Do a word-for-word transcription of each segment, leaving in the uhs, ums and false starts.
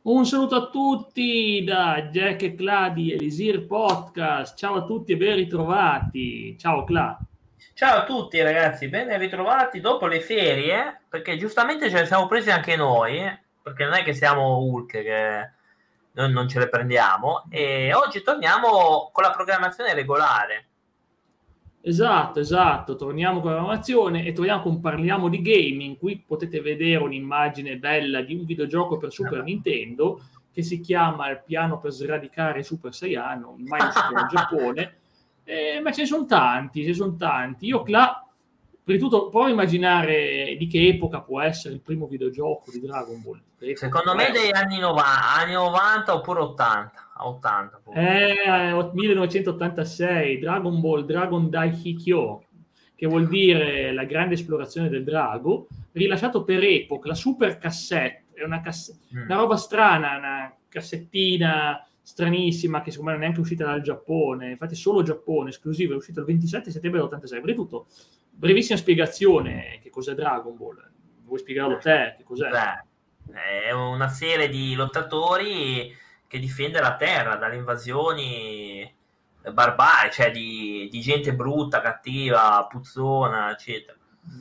Un saluto a tutti da Jack e Cla di Elisir Podcast. Ciao a tutti e ben ritrovati. Ciao Cla. Ciao a tutti ragazzi, ben ritrovati dopo le ferie, perché giustamente ce le siamo prese anche noi, eh, perché non è che siamo Hulk, che noi non ce le prendiamo, e oggi torniamo con la programmazione regolare. Esatto, esatto, torniamo con la programmazione e torniamo con Parliamo di Gaming. Qui potete vedere un'immagine bella di un videogioco per Super Nintendo che si chiama Il piano per sradicare Super Saiyan, ormai uscito nel Giappone, eh, ma ce ne sono tanti, ce ne sono tanti. Io là, prima di tutto, provo a immaginare di che epoca può essere il primo videogioco di Dragon Ball. Secondo me degli anni novanta, anni novanta oppure ottanta. ottanta eh, millenovecentottantasei, Dragon Ball Dragon Daihikyo, che vuol dire la grande esplorazione del drago, rilasciato per Epoch, la super cassette, è una, cass- mm. una roba strana, una cassettina stranissima che secondo me non è neanche uscita dal Giappone, infatti solo Giappone, esclusivo, è uscito il ventisette settembre dell'ottantasei. Per tutto, brevissima spiegazione, che cos'è Dragon Ball? Vuoi spiegarlo te? Che cos'è? Beh, è una serie di lottatori che difende la terra dalle invasioni barbari, cioè di, di gente brutta, cattiva, puzzona, eccetera.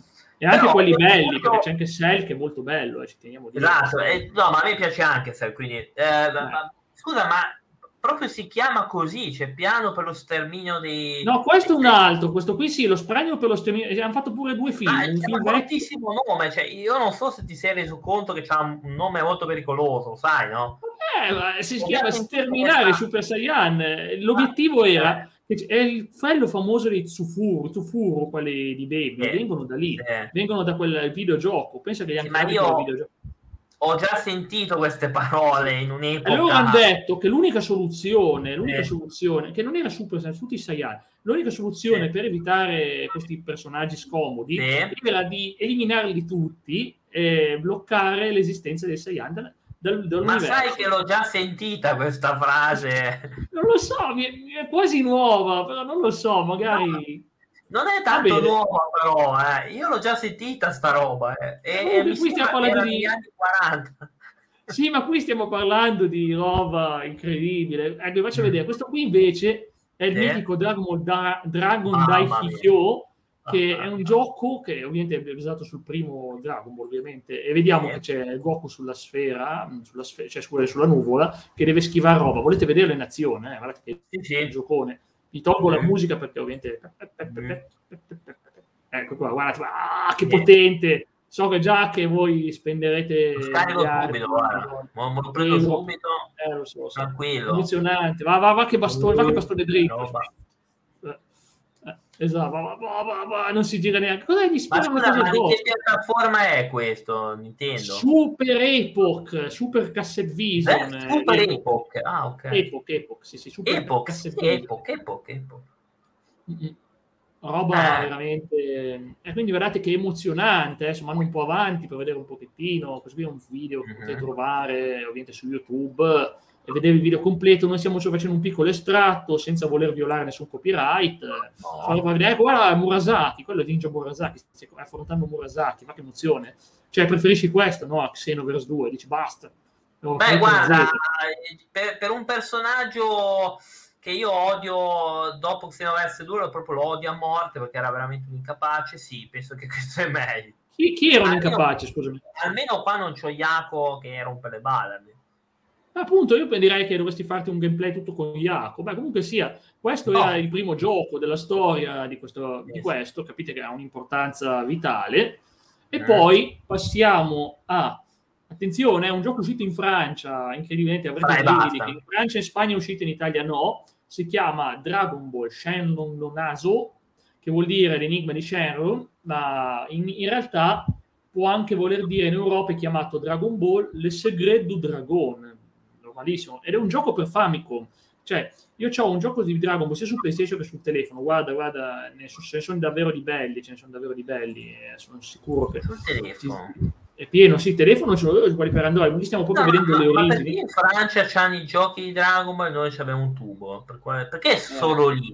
E anche però, quelli belli, molto... perché c'è anche Cell che è molto bello, eh, ci teniamo di esatto, eh, no, ma a me piace anche Cell, quindi eh, ma, scusa, ma proprio si chiama così, c'è piano per lo sterminio dei... No, questo è un altro, questo qui sì, lo spranio per lo sterminio, hanno fatto pure due film. Ah, un c'è film un fortissimo nome, cioè io non so se ti sei reso conto che c'ha un nome molto pericoloso, sai, no? Eh, ma si chiama sterminare Super Saiyan, l'obiettivo ah, era... È il fello famoso dei Tsufuru, Tsufuru, quelli di Baby, sì, vengono da lì, sì. vengono da quel videogioco. Pensa che gli hanno sì, ma io videogioco. Ho già sentito queste parole in un'epoca. Allora hanno detto che l'unica soluzione, l'unica sì. soluzione, che non era Super Saiyan, tutti i Saiyan, l'unica soluzione sì. per evitare questi personaggi scomodi sì. era di eliminarli tutti e bloccare l'esistenza dei Saiyan. Dal, ma sai che l'ho già sentita questa frase? Non lo so, mi è, mi è quasi nuova, però non lo so, magari... No, non è tanto nuova però, eh. Io l'ho già sentita sta roba, eh. E, e qui stiamo parlando di anni quaranta. Sì, ma qui stiamo parlando di roba incredibile. Ecco, vi faccio mm. vedere, questo qui invece è il sì. mitico Dragon, da, Dragon ah, Daihikyo, che è un gioco che ovviamente è basato sul primo Dragon Ball, ovviamente, e vediamo che c'è Goku sulla sfera, sulla sfera cioè sulla nuvola, che deve schivare roba. Volete vederlo in azione? Eh? Guardate che sì, sì. è un giocone. Vi tolgo mm. la musica perché ovviamente... Mm. Ecco qua, guardate, ah, che potente! So che già che voi spenderete... Lo scarico subito, guarda. Me lo prendo subito, eh, lo so, so. tranquillo. Emozionante. Va, va, va che bastone, va che bastone dritto. Esatto, va, va, va, va, non si gira neanche. Cosa gli ma scusa, ma di che piattaforma è questo Nintendo? Super Epoch, Super Cassette Vision. Eh, Super Epoch. Epoch, ah ok. Epoch, Epoch, sì, sì, Super Epoch, Cassette sì, Epoch, Epoch, Epoch. Mm-hmm. Roba ah. veramente... E quindi guardate che emozionante, adesso mando un po' avanti per vedere un pochettino, così è un video che mm-hmm. potete trovare ovviamente su YouTube e vedere il video completo. Noi stiamo facendo un piccolo estratto senza voler violare nessun copyright. No. Vedere, guarda Murasaki, quello è Ninja Murasaki, stai affrontando Murasaki, ma che emozione. Cioè preferisci questo, no? A Xenoverse due, dici basta. No, beh guarda, per, per un personaggio che io odio dopo Xenoverse due, proprio lo odio a morte perché era veramente un incapace, sì, penso che questo è meglio. Chi, chi era un almeno, incapace, scusami? Almeno qua non c'ho Yako che rompe le balle. Appunto, io direi che dovresti farti un gameplay tutto con Yako. Beh, comunque sia, questo no. era il primo gioco della storia di questo, yes. di questo, capite che ha un'importanza vitale. E eh. poi passiamo a... Attenzione, è un gioco uscito in Francia, incredibilmente, avrete brividi, che in Francia e Spagna è uscito, in Italia no. Si chiama Dragon Ball Shenlong no Naso, che vuol dire l'enigma di Shenlong, ma in, in realtà può anche voler dire in Europa è chiamato Dragon Ball Le Secret du Dragon, normalissimo, ed è un gioco per Famicom. Cioè, io ho un gioco di Dragon Ball sia su PlayStation che sul telefono, guarda, guarda, ne so, ce ne sono davvero di belli, ce ne sono davvero di belli, eh, sono sicuro che... Sul telefono? È pieno, sì, il telefono ce l'ho quelli per Android, quindi stiamo proprio no, vedendo no, le origini. Ma perché in Francia c'hanno i giochi di Dragon Ball e noi abbiamo un tubo? Per quale... Perché è solo eh. lì?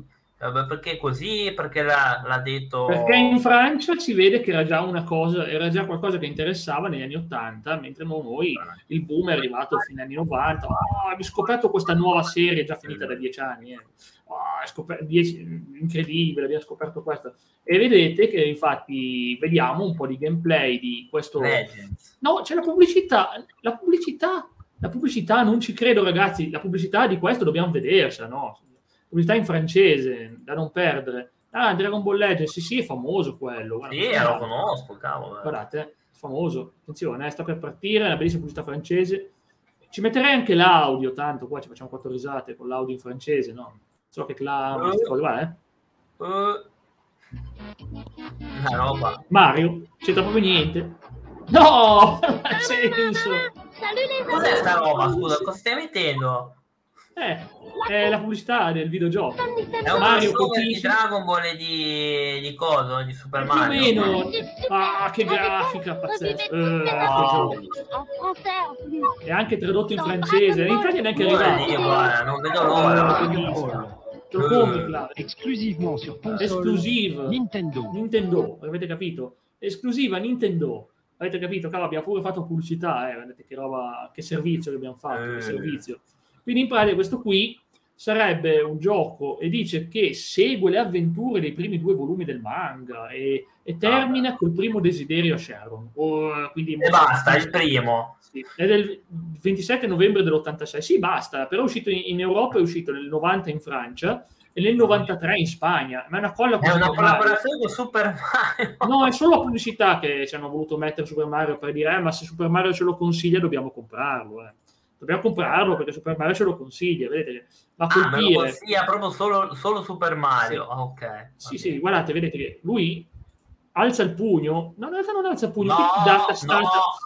Perché così? Perché l'ha detto... Perché in Francia si vede che era già una cosa, era già qualcosa che interessava negli anni Ottanta, mentre noi il boom è arrivato fino agli anni novanta. Oh, abbiamo scoperto questa nuova serie già finita da dieci anni. Eh. Oh, scoperto, dieci, incredibile, abbiamo scoperto questo. E vedete che infatti vediamo un po' di gameplay di questo... Legends. No, c'è la pubblicità, la pubblicità, la pubblicità, non ci credo ragazzi, la pubblicità di questo dobbiamo vedersela, no? Pubblicità in francese, da non perdere. Ah, Dragon Ball Legends, sì, sì, è famoso quello. Guarda, sì, lo conosco, cavolo. Guardate, è famoso. Attenzione, eh, sta per partire, una bellissima pubblicità francese. Ci metterei anche l'audio, tanto qua ci facciamo quattro risate con l'audio in francese, no? So che clama, uh, queste cose, va, eh? Uh, una roba. Mario, c'entra proprio niente. No! Non ha senso! Cos'è sta roba, scusa, cosa stai mettendo? Eh, è la pubblicità del videogioco. È un Mario di Dragon Ball e di, di coso, di Super Mario. Più o meno. Ah, che grafica pazzesca. Uh, wow. È anche tradotto in francese. In Italia neanche arrivato. Dio, guarda, non vedo l'ora. Te lo compri, esclusivamente sur console. Esclusive. Nintendo. Nintendo, avete capito? Esclusiva Nintendo. Avete capito? Cavolo, abbiamo pure fatto pubblicità, eh. Vedete che roba, che servizio che abbiamo fatto, eh. che servizio. Quindi in pratica questo qui sarebbe un gioco e dice che segue le avventure dei primi due volumi del manga e, e termina ah, col primo desiderio a Sharon. O, quindi e basta, il primo. Sì, è del ventisette novembre dell'ottantasei. Sì, basta, però è uscito in, in Europa, è uscito nel novanta in Francia e nel novantatré in Spagna. Ma è una colla È una collaborazione con Super Mario. No, è solo la pubblicità che ci hanno voluto mettere Super Mario per dire eh, ma se Super Mario ce lo consiglia dobbiamo comprarlo, eh. Dobbiamo comprarlo perché Super Mario ce lo consiglia, vedete? Ma ah, me lo consiglia proprio solo, solo Super Mario. Sì, oh, ok. Sì, sì, guardate, vedete che lui alza il pugno. No, in realtà non alza il pugno, no, data stata.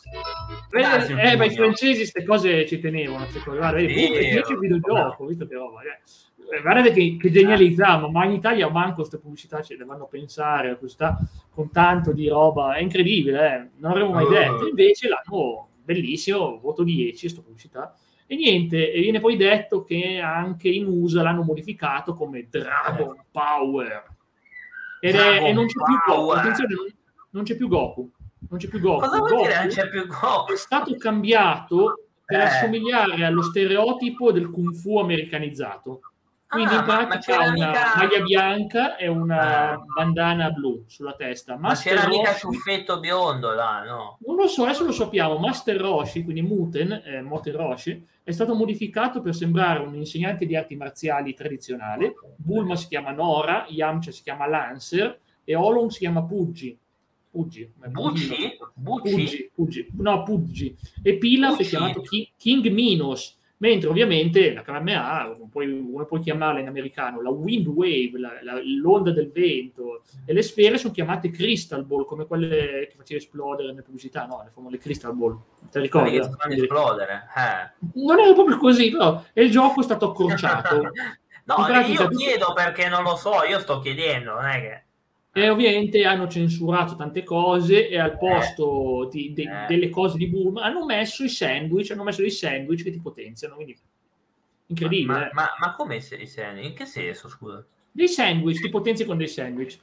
No. Eh, ma i francesi queste cose ci tenevano. Guarda, vedi, sì, c'è il videogioco, visto che roba. Eh. Guardate che, che genializziamo, ma in Italia manco queste pubblicità ce le vanno a pensare, pubblicità con tanto di roba, è incredibile, eh? Non avremmo mai detto. Invece l'hanno... bellissimo, voto dieci, questa pubblicità, e niente, e viene poi detto che anche in U S A l'hanno modificato come Dragon Power, ed è, e non c'è più Goku, attenzione, non, non c'è più Goku, non c'è più Goku, cosa vuol Goku dire non c'è più Goku? È stato cambiato per eh. assomigliare allo stereotipo del Kung Fu americanizzato. Quindi ah, in pratica ha una mica... maglia bianca e una ah. bandana blu sulla testa. Master ma c'era Roshi... mica ciuffetto biondo là, no? Non lo so, adesso lo sappiamo. Master Roshi, quindi Muten, eh, Moten Roshi, è stato modificato per sembrare un insegnante di arti marziali tradizionale. Bulma si chiama Nora, Yamcha si chiama Lancer e Olong si chiama Puggy. Puggy? Puggy? Puggy? Puggy. No, Puggy. E Pilaf è chiamato King, King Minos. Mentre ovviamente la K M A, puoi, come puoi chiamarla in americano, la wind wave, la, la, l'onda del vento, e le sfere sono chiamate crystal ball, come quelle che facevi esplodere nelle pubblicità, no, le famose crystal ball. Ti ricordi? Che fanno esplodere. Eh. Non era proprio così, però, e il gioco è stato accorciato. No, pratica, io chiedo perché non lo so, io sto chiedendo, non è che... E ovviamente hanno censurato tante cose e al posto eh, di, de, eh. delle cose di Bulma hanno messo i sandwich, hanno messo dei sandwich che ti potenziano, quindi incredibile. Ma, ma, ma come i sandwich? In che senso, scusa? Dei sandwich, ti potenzi con dei sandwich.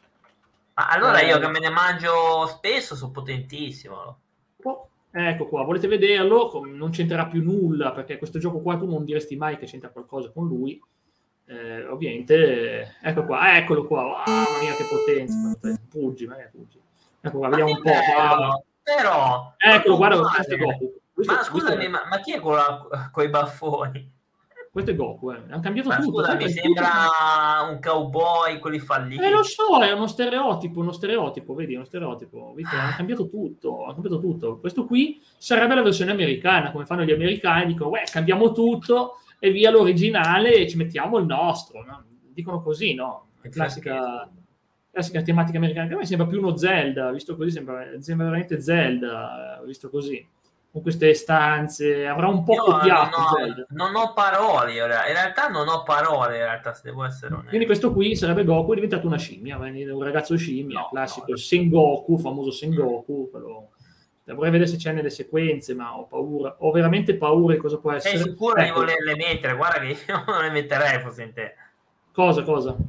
Ma allora eh. io che me ne mangio spesso sono potentissimo. Oh, ecco qua, volete vederlo? Non c'entrerà più nulla, perché questo gioco qua tu non diresti mai che c'entra qualcosa con lui. Eh, ovviamente, ecco qua, eccolo qua, oh, mamma mia che potenza, Puggy, ma è Puggy. Ecco qua, vediamo un po'. Bello, però, eccolo, guarda, questo è Goku. Questo, ma scusami, questo... Ma, ma chi è con i baffoni? Questo è Goku, eh. Hanno cambiato ma tutto. Scusa, mi sembra tutto... un cowboy, quelli falliti. Eh, lo so, è uno stereotipo, uno stereotipo, vedi, uno stereotipo. Vedi, hanno cambiato tutto, hanno cambiato tutto. Questo qui sarebbe la versione americana, come fanno gli americani, dicono, uè, cambiamo tutto e via l'originale e ci mettiamo il nostro, no? Dicono così, no? Classica, classica tematica americana, che a me sembra più uno Zelda, visto così sembra, sembra veramente Zelda, visto così, con queste stanze, avrà un po' Io copiato non ho, Zelda. Non ho parole, in realtà non ho parole, in realtà, se devo essere onesto. Quindi questo qui sarebbe Goku, è diventato una scimmia, un ragazzo scimmia, no, classico, no. Sengoku, famoso Sengoku, quello... Vorrei vedere se c'è nelle sequenze, ma ho paura. Ho veramente paura di cosa può essere. Sei sicuro ecco. Di volerle mettere? Guarda che io non le metterei fosse in te. Cosa, cosa?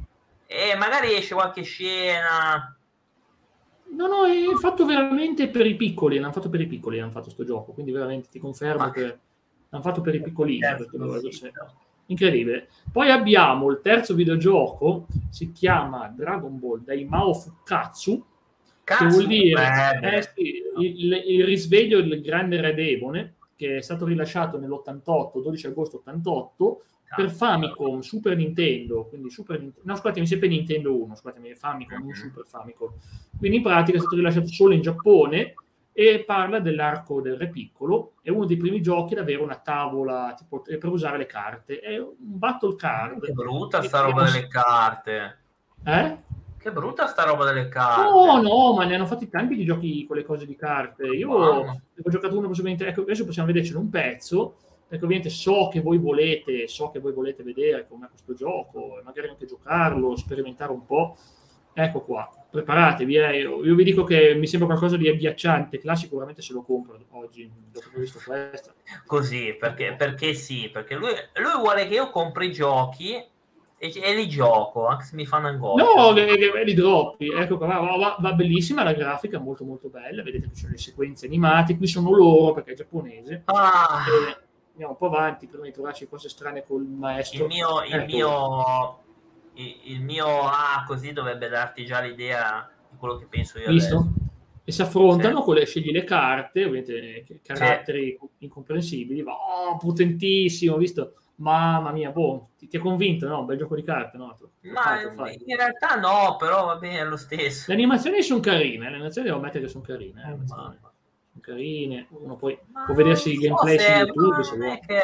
e magari esce qualche scena. No, no, è fatto veramente per i piccoli, l'hanno fatto per i piccoli, hanno fatto sto gioco, quindi veramente ti confermo Ma... che l'hanno fatto per i piccolini. Questo, Questo incredibile. Poi abbiamo il terzo videogioco, si chiama Dragon Ball Daimao Fukkatsu, Cazzo, che vuol dire eh, eh, sì, il, il risveglio del grande re demone, che è stato rilasciato nell'ottantotto, dodici agosto ottantotto, per Famicom, Super Nintendo, quindi Super Nintendo, no scusatemi, sempre Nintendo uno, scusatemi, Famicom, non Super Famicom. Quindi in pratica è stato rilasciato solo in Giappone e parla dell'arco del re piccolo. È uno dei primi giochi ad avere una tavola tipo, per usare le carte. È un battle card. Che brutta Che sta roba posso... delle carte. Eh? Che brutta sta roba delle carte. No, no, ma ne hanno fatti tanti di giochi con le cose di carte. Io Mamma. ho giocato uno possibilmente, ecco, adesso possiamo vedercelo un pezzo, perché ovviamente so che voi volete, so che voi volete vedere com'è questo gioco, e magari anche giocarlo, sperimentare un po'. Ecco qua, preparatevi, eh. io, io vi dico che mi sembra qualcosa di agghiacciante, là sicuramente se lo compro oggi, dopo che ho visto questo. Così, perché, perché sì, perché lui, lui vuole che io compri giochi e, e li gioco, anche se mi fanno angoscia. No, che, che belli droppi, ecco qua, va, va, va bellissima la grafica, molto molto bella, vedete che ci sono le sequenze animate, qui sono loro perché è giapponese. Ah, E andiamo un po' avanti prima di trovarci cose strane col maestro. il mio, il ecco. mio, il, il mio ah, così dovrebbe darti già l'idea di quello che penso io Visto? adesso. E si affrontano, Sì. con le, scegli le carte, ovviamente caratteri sì. incomprensibili, oh, potentissimo, visto? Mamma mia, boh, ti, ti ha convinto, no? Un bel gioco di carte, no? Ma fatto, fatto. in realtà no, però va bene lo stesso. Le animazioni sono carine, le animazioni devo ammettere che sono carine, eh, oh, sono carine, uno poi ma può vedersi il gameplay so su YouTube se vuole. Che...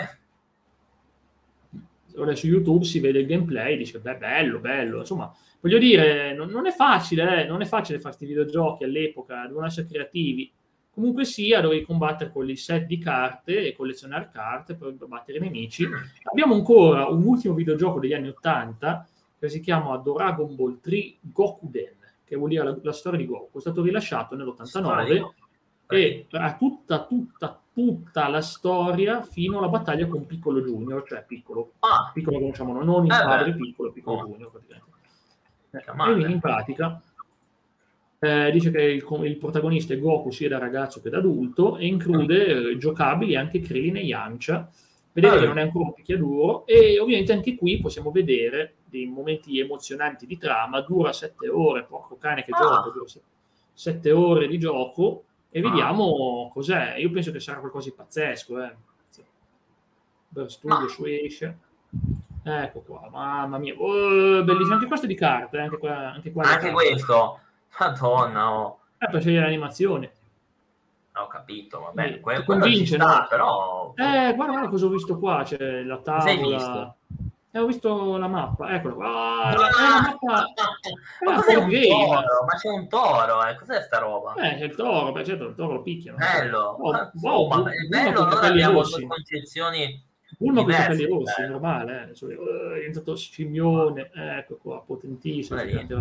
Ora su YouTube si vede il gameplay, dice beh bello, bello, insomma, voglio dire, non, non è facile, eh, non è facile fare questi videogiochi all'epoca, devono essere creativi. Comunque sia, dovevi combattere con i set di carte e collezionare carte per battere i nemici. Abbiamo ancora un ultimo videogioco degli anni ottanta che si chiama Dragon Ball tre Gokuden, che vuol dire la, la storia di Goku. È stato rilasciato nell'ottantanove e ha tutta, tutta, tutta la storia fino alla battaglia con Piccolo Junior, cioè Piccolo, ah. Piccolo che conosciamo, non il eh padre beh. Piccolo, Piccolo oh. Junior praticamente. Eh, e quindi in pratica eh, dice che il, il protagonista è Goku sia da ragazzo che da adulto e include eh, giocabili anche Krillin e Yamcha. Vedete eh. che non è ancora un picchiaduro e ovviamente anche qui possiamo vedere dei momenti emozionanti di trama. Dura sette ore, porco cane che ah. gioco, dura sette ore di gioco e ah. vediamo cos'è. Io penso che sarà qualcosa di pazzesco. Eh. Per studio su esce. Ecco qua, mamma mia, oh, bellissimo, anche questo è di carte, anche qua, anche, qua anche questo, madonna, oh. Eh, per scegliere l'animazione. Ho capito, vabbè, eh, que- ti convince, sta, no? Però... Eh, guarda, guarda cosa ho visto qua, c'è la tavola. Eh, ho visto la mappa, eccola qua. Ah, ah, la mappa... ma cos'è un toro? Ma c'è un toro, eh? Cos'è sta roba? Eh, c'è il toro, beh, certo, il toro lo picchiano. Bello, wow, wow, ma è bello, allora abbiamo due concezioni. Uno con i capelli rossi, è normale, eh. è diventato scimmione, ecco qua, potentissimo.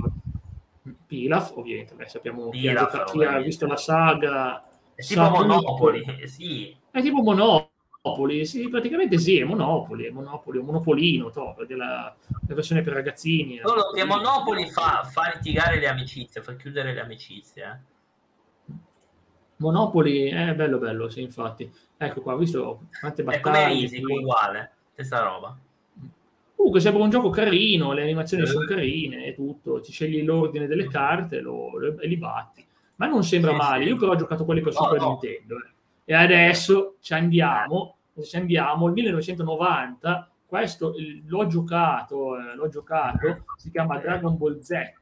Pilaf, ovviamente, beh, sappiamo Pilaf, chi, ha, chi ha visto la saga. È tipo Monopoli, sì. È tipo Monopoli, sì, praticamente sì, è Monopoli, è Monopoli, un monopolino, to, la, la versione per ragazzini. Solo che Monopoli fa, fa litigare le amicizie, fa chiudere le amicizie. Eh. Monopoli è bello bello, sì, infatti. Ecco qua, ho visto quante battaglie. È come Easy, uguale, stessa roba. Comunque sembra un gioco carino, le animazioni eh. sono carine e tutto, ti scegli l'ordine delle carte lo, lo, e li batti. Ma non sembra sì, male, sì. Io però ho giocato quelli per no, Super no. Nintendo. Eh. E adesso ci andiamo, eh. ci andiamo, il millenovecentonovanta, questo l'ho giocato, eh, l'ho giocato, si chiama Dragon Ball Z, eh,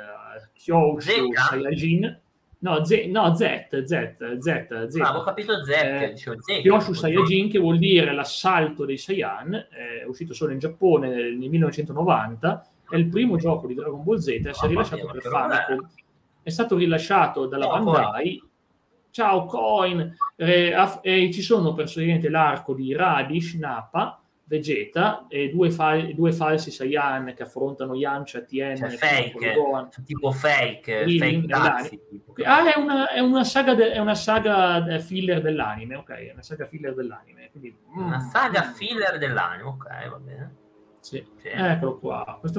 Kyoshu Saiyajin. No, Z, no, Z, Z, Z, Z. Ah, avevo capito Z, eh, dicevo Z. Kyoshu Saiyajin, che vuol dire l'assalto dei Saiyan, è uscito solo in Giappone nel millenovecentovananta, è il primo gioco di Dragon Ball Z a essere rilasciato per Famicom. È stato rilasciato dalla oh, Bandai. Poi. Ciao, Coin! Eh, e ci sono personalmente l'arco di Radish, Nappa, Vegeta e due, fa- due falsi Saiyan che affrontano Yamcha, Tien, cioè, fake, Gohan, tipo fake, fake taxi, tipo. Ah, è una, è una saga de- è una saga filler dell'anime, ok, è una saga filler dell'anime, quindi, una mm, saga mm. filler dell'anime, ok, va bene. Sì. Sì. Eccolo qua, questo qui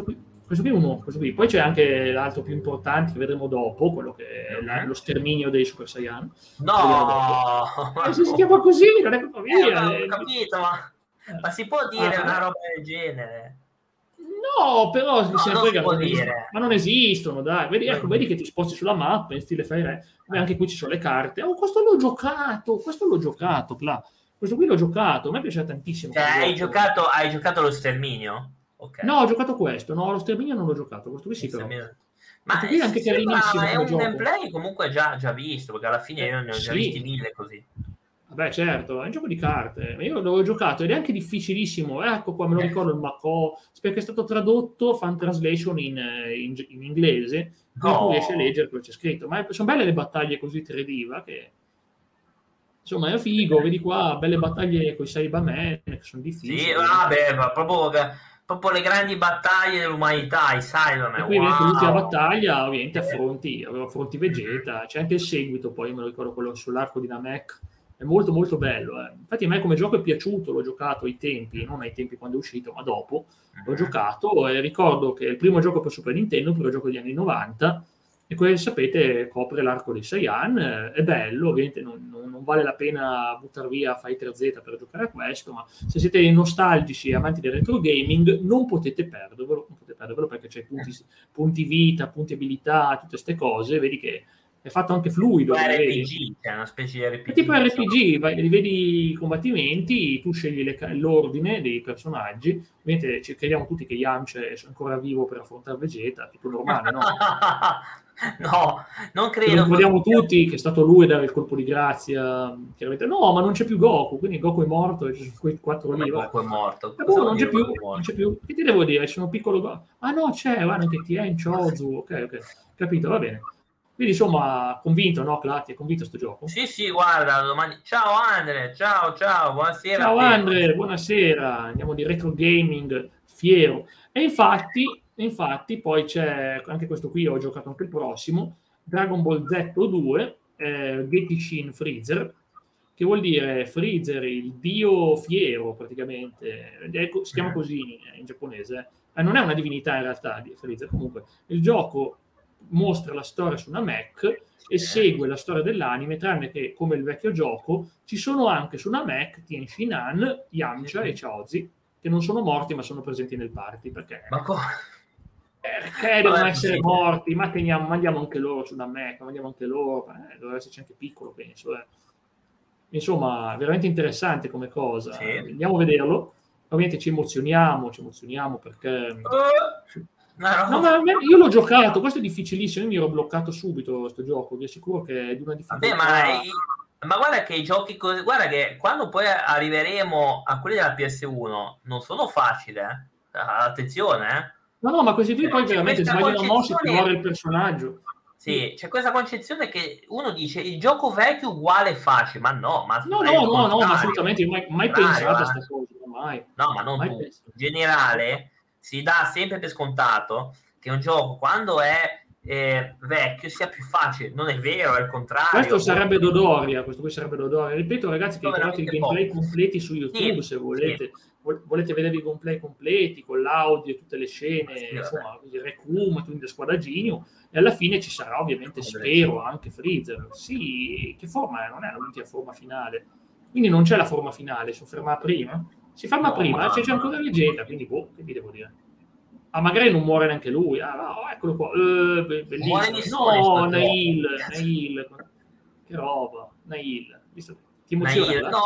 questo qui è uno, questo qui. Poi c'è anche l'altro più importante che vedremo dopo, quello che è la, lo sterminio dei Super Saiyan. No! Eh, se si chiama così, non è colpa Eh, mia. ma ho eh. capito, ma, ma si può dire Ah, una roba del genere? no, però No, se ne non si frega, può non esistono. dire. Ma non esistono, dai. Vedi, ecco, Non- vedi che ti sposti sulla mappa in stile Fire Emblem. Beh, anche qui ci sono le carte. Oh, questo l'ho giocato, questo l'ho giocato, Cla. Questo qui l'ho giocato, a me piace tantissimo. Cioè, questo hai gioco. giocato, hai giocato lo sterminio? Ok. No, ho giocato questo, no, lo sterminio non l'ho giocato, questo qui sì Lo però. sterminio. Ma Questo qui è eh, anche sì, ma carinissimo è come un gioco. gameplay comunque già, già visto, perché alla fine Eh, io ne ho già sì. visti mille così. Vabbè, certo, è un gioco di carte. Io l'avevo giocato ed è anche difficilissimo. Ecco qua, me lo ricordo il Macò, perché è stato tradotto, fan translation in, eh, in, in inglese, quindi tu riesci a No. leggere quello che c'è scritto. Ma è- sono belle le battaglie così tre D, va, che insomma è figo. Vedi qua, belle battaglie con i Cybermen, che sono difficili. Sì, vabbè, ma proprio, proprio le grandi battaglie dell'umanità, i E Cybermen, qui ovviamente l'ultima wow. battaglia, ovviamente Eh. affronti, affronti Vegeta, c'è anche il seguito, poi io me lo ricordo quello sull'arco di Namek, è molto molto bello. Eh. Infatti a me come gioco è piaciuto, l'ho giocato ai tempi, non ai tempi quando è uscito, ma dopo, l'ho giocato e ricordo che il primo gioco per Super Nintendo, il primo gioco degli anni novanta, e come sapete copre l'arco dei Saiyan, eh, è bello, ovviamente non, non, non vale la pena buttare via Fighter Z per giocare a questo, ma se siete nostalgici e amanti del retro gaming non potete perdervelo, non potete perdervelo perché c'è punti, punti vita, punti abilità, tutte queste cose, vedi che è fatto anche fluido. R P Vedi? G, è una specie di R P G. È tipo R P insomma. G, vai, vedi i combattimenti, tu scegli le, l'ordine dei personaggi, ovviamente ci crediamo tutti che Yamcha è ancora vivo per affrontare Vegeta, tutto normale, no? No, non Ci credo. ricordiamo tutti che è stato lui a dare il colpo di grazia, chiaramente no, ma non c'è più Goku, quindi Goku è morto e ci sono quei quattro Come lì. Goku è morto? E Cosa boh, vuol non c'è dire più, Goku è morto? non c'è più. Che ti devo dire? Ci sono piccolo Goku. Ah no, c'è, guarda anche Tien, Chozu, ok, ok, capito, va bene. Quindi insomma, convinto, no, Cla? Ti è convinto sto gioco? Sì, sì, guarda, domani. Ciao Andre, ciao, ciao, buonasera. Ciao a te. Andre, buonasera, andiamo di retro gaming fiero. E infatti, infatti poi c'è anche questo qui, ho giocato anche il prossimo, Dragon Ball Z due, eh, Getishin Freezer, che vuol dire Freezer, il dio fiero praticamente, si chiama così in, in giapponese, eh, non è una divinità in realtà di Freezer, comunque il gioco mostra la storia su una Mac e segue la storia dell'anime, tranne che, come il vecchio gioco, ci sono anche su una Mac Tien Shinhan, Yamcha e Chaozi, che non sono morti ma sono presenti nel party, perché... Ma come? Perché devono essere morti? Ma teniamo, mandiamo anche loro su una Mac, mandiamo anche loro, eh, dovrebbe esserci anche piccolo, penso. Eh. Insomma, veramente interessante come cosa. Sì. Andiamo a vederlo. Ovviamente ci emozioniamo, ci emozioniamo perché... Uh. No, no, ma io l'ho giocato, questo è difficilissimo, io mi ero bloccato subito questo gioco, vi assicuro che è di una difficoltà... Vabbè, ma, i, ma guarda che i giochi così, guarda che quando poi arriveremo a quelli della P S uno non sono facili, eh? Attenzione, eh? No, no, ma questi qui poi c'è veramente questa sbagliano mosse e concezione... muore il personaggio. Sì, c'è questa concezione che uno dice il gioco vecchio uguale facile, ma no, ma No, è no, il no, no, ma contrario. assolutamente, mai, mai Contrario, pensato a eh. questa cosa, mai. No, ma non mai tu. pensato. In generale si dà sempre per scontato che un gioco quando è eh, vecchio sia più facile. Non è vero, è il contrario. Questo sarebbe Dodoria, questo qui sarebbe Dodoria. Ripeto ragazzi che trovate i gameplay poco. completi su YouTube, Sì, se volete. sì. Volete vedere i gameplay completi con l'audio e tutte le scene, sì, insomma, il Requiem, quindi la squadra Ginyu, e alla fine ci sarà ovviamente, spero, anche Freezer. Sì, che forma è? Non è l'ultima forma finale. Quindi non c'è la forma finale, si ferma prima. Si ferma no, prima, ma... c'è, c'è ancora leggenda, quindi boh, che vi devo dire? Ah, magari non muore neanche lui. Ah, no, eccolo qua. Uh, bellissimo. No, Nail, Nail. Che roba. Nail. Visto? Ti emoziona? Nail, no,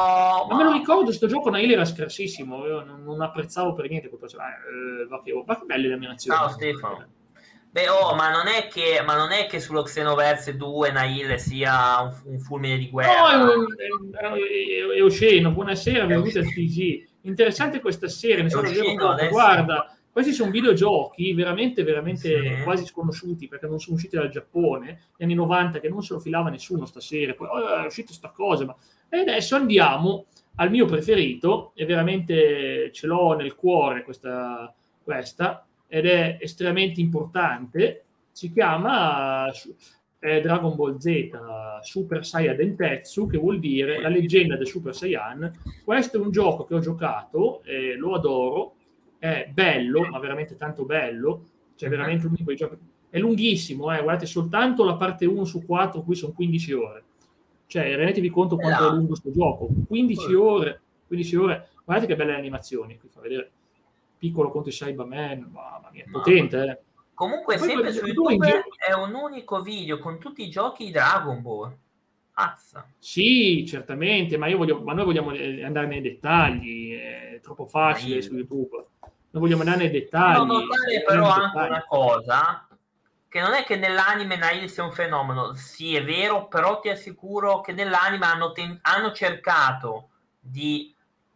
ma me lo ricordo, sto gioco Nail era scarsissimo. Io non, non apprezzavo per niente quel personaggio. Eh, va che, ma che belle le animazioni. Ciao Stefano. Beh, oh, ma non è che, ma non è che sullo Xenoverse due Nail sia un, un fulmine di guerra. No, è, è, è osceno. Buonasera, benvenuti al T G. Interessante questa serie, ne so davvero poco. Guarda, questi sono videogiochi veramente, veramente sì. quasi sconosciuti, perché non sono usciti dal Giappone, negli anni novanta, che non se lo filava nessuno sta serie. Poi oh, è uscita sta cosa, ma... E adesso andiamo al mio preferito, e veramente ce l'ho nel cuore questa, questa ed è estremamente importante. Si chiama eh, Dragon Ball Z Super Saiyan Dentetsu, che vuol dire la leggenda del Super Saiyan. Questo è un gioco che ho giocato, eh, lo adoro, è bello, ma veramente tanto bello, cioè veramente uno di quei giochi. È lunghissimo, eh, guardate, soltanto la parte uno su quattro qui sono quindici ore. Cioè, rendetevi conto quanto è lungo questo gioco. quindici ore, quindici ore. Guardate che belle animazioni, qui fa vedere piccolo contro i Cyberman, mamma mia, potente, eh. Comunque Poi, sempre poi, su tu in YouTube giro- è un unico video con tutti i giochi di Dragon Ball. Pazza. Sì, certamente, ma, io voglio, ma noi vogliamo eh, andare nei dettagli, è troppo facile io- su YouTube. Noi vogliamo andare nei Devo dettagli. notare vogliamo però andare nei anche dettagli. una cosa, che non è che nell'anime Nail sia un fenomeno, sì è vero, però ti assicuro che nell'anime hanno, ten- hanno cercato di,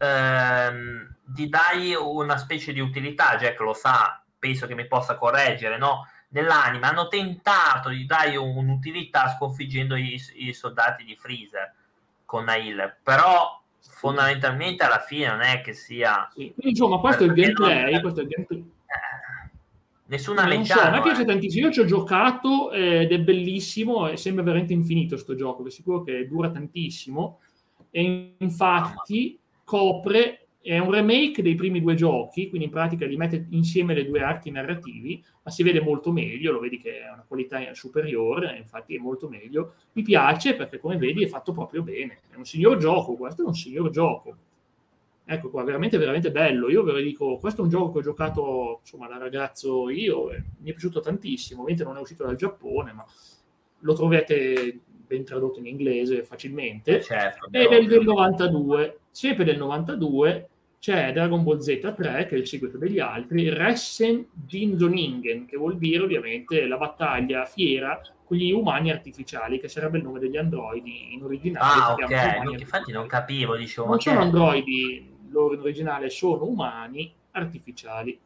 ehm, di dargli una specie di utilità. Jack lo sa, penso che mi possa correggere, no? Nell'anime hanno tentato di dargli un'utilità sconfiggendo i, i soldati di Freezer con Nail, però fondamentalmente alla fine non è che sia... Sì. Quindi, insomma, questo è il perché non- gameplay, questo è il gameplay. eh, nessuna Non so, a me leggiano, piace eh. tantissimo. Io ci ho giocato eh, ed è bellissimo e sembra veramente infinito sto gioco, vi sicuro che dura tantissimo e infatti copre, è un remake dei primi due giochi, quindi in pratica li mette insieme le due archi narrativi, ma si vede molto meglio, lo vedi che è una qualità superiore, infatti è molto meglio. Mi piace perché come vedi è fatto proprio bene, è un signor gioco, questo è un signor gioco. Ecco qua, veramente, veramente bello. Io ve lo dico, questo è un gioco che ho giocato, insomma, da ragazzo io, e mi è piaciuto tantissimo. Ovviamente non è uscito dal Giappone, ma lo trovate ben tradotto in inglese facilmente. Eh, certo, Ed è del novantadue. Sempre del novantadue c'è Dragon Ball Z tre, che è il seguito degli altri, Ressen Jinzoningen, che vuol dire ovviamente la battaglia fiera con gli umani artificiali, che sarebbe il nome degli androidi in originale. Ah, si ok, chiamano umani no, infatti non artificiali. capivo, dicevo, Non ma sono che... androidi, loro in originale sono umani artificiali.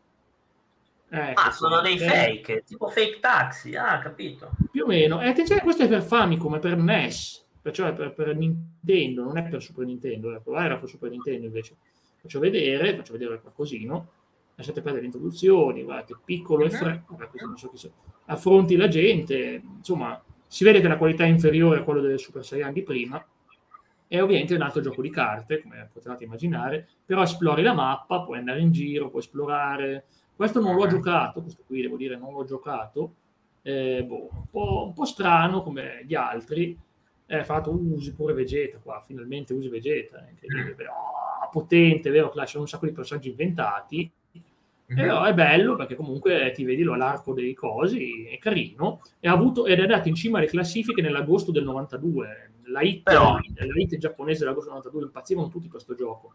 Ecco Ah, sono qua. dei Eh, fake, tipo fake taxi, ah, capito. più o meno. E attenzione, questo è per Famicom, è per N E S, cioè per, per Nintendo, non è per Super Nintendo. Ecco, là era per Super Nintendo invece. Faccio vedere, faccio vedere qualcosino. Lasciate perdere le introduzioni, guardate, piccolo e freddo, non so chi so. Affronti la gente, insomma, si vede che la qualità è inferiore a quello delle Super Saiyan di prima. E ovviamente è un altro gioco di carte, come potete immaginare, però esplori la mappa, puoi andare in giro, puoi esplorare. Questo non l'ho giocato, questo qui devo dire non l'ho giocato, eh, boh, un, po', un po' strano come gli altri. È fatto, uh, usi pure Vegeta qua, finalmente usi Vegeta, è incredibile, però potente, vero, che c'è un sacco di personaggi inventati, però è bello perché comunque ti vedi l'arco dei cosi, è carino, e ha avuto, ed è andato in cima alle classifiche nell'agosto del novantadue, la hit, Però... la hit giapponese dell'agosto del novantadue, impazzivano tutti questo gioco.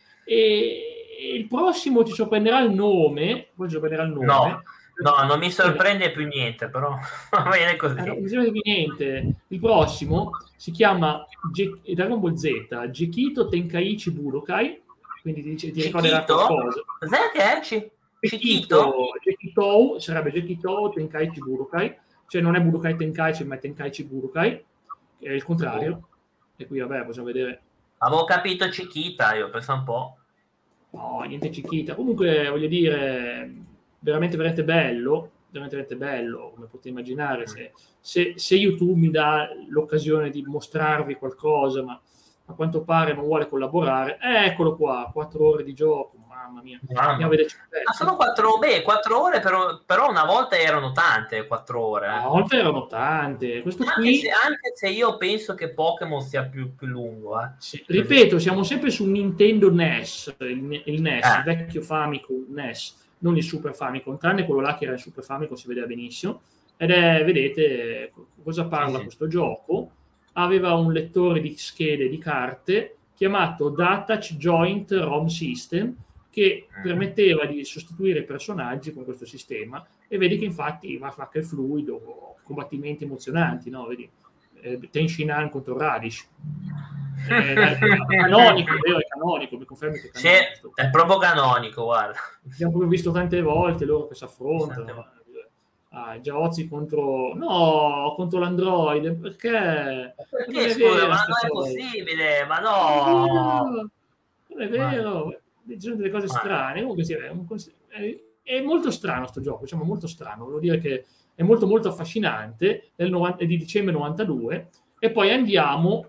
E il prossimo ti sorprenderà il nome, poi ti sorprenderà il nome. No, no, non mi sorprende più niente, però va bene così. Eh, non mi sembra più niente. Il prossimo si chiama Ge- Dragon Ball Z, Gekito Tenkaichi Budokai, quindi ti, dice, ti ricorderà qualcosa. Cos'è che è? C- Gekito, Gekito sarebbe Gekito Tenkaichi Budokai, cioè non è Budokai Tenkaichi, ma è Tenkaichi Budokai, che è il contrario. Oh. E qui, vabbè, possiamo vedere. Avevo capito Chiquita, io penso un po'. No, niente Chiquita. Comunque, voglio dire, veramente, veramente bello, veramente, veramente bello, come potete immaginare. Se, se, se YouTube mi dà l'occasione di mostrarvi qualcosa, ma a quanto pare non vuole collaborare, eh, eccolo qua, quattro ore di gioco, mamma mia. Mamma. Ah, sono quattro, beh, quattro ore, però, però una volta erano tante, quattro ore. Una volta erano tante. Questo anche, qui... se, anche se io penso che Pokémon sia più, più lungo. Eh. Sì. Ripeto, siamo sempre su Nintendo N E S, il, il N E S, eh. il vecchio Famicom N E S, non il Super Famicom, tranne quello là che era il Super Famicom, si vedeva benissimo. Ed è, vedete, cosa parla sì, sì. questo gioco? Aveva un lettore di schede di carte chiamato Datach Joint ROM System, che permetteva di sostituire i personaggi con questo sistema, e vedi che infatti va a fare che fluido, combattimenti emozionanti, no? Vedi, eh, Tenshinhan contro Radish. Eh, è canonico, vero? È canonico, mi confermi che è canonico. Sì, è proprio canonico, guarda. Abbiamo proprio visto tante volte loro che si affrontano. Ah, Giaozzi contro... No, contro l'androide, perché? Perché, scusa, ma non è possibile, ma no! Non è vero, ci sono delle cose strane. Comunque sì, è, un, è, è molto strano sto gioco, diciamo molto strano, volevo dire che è molto molto affascinante, del novanta, di dicembre novantadue, e poi andiamo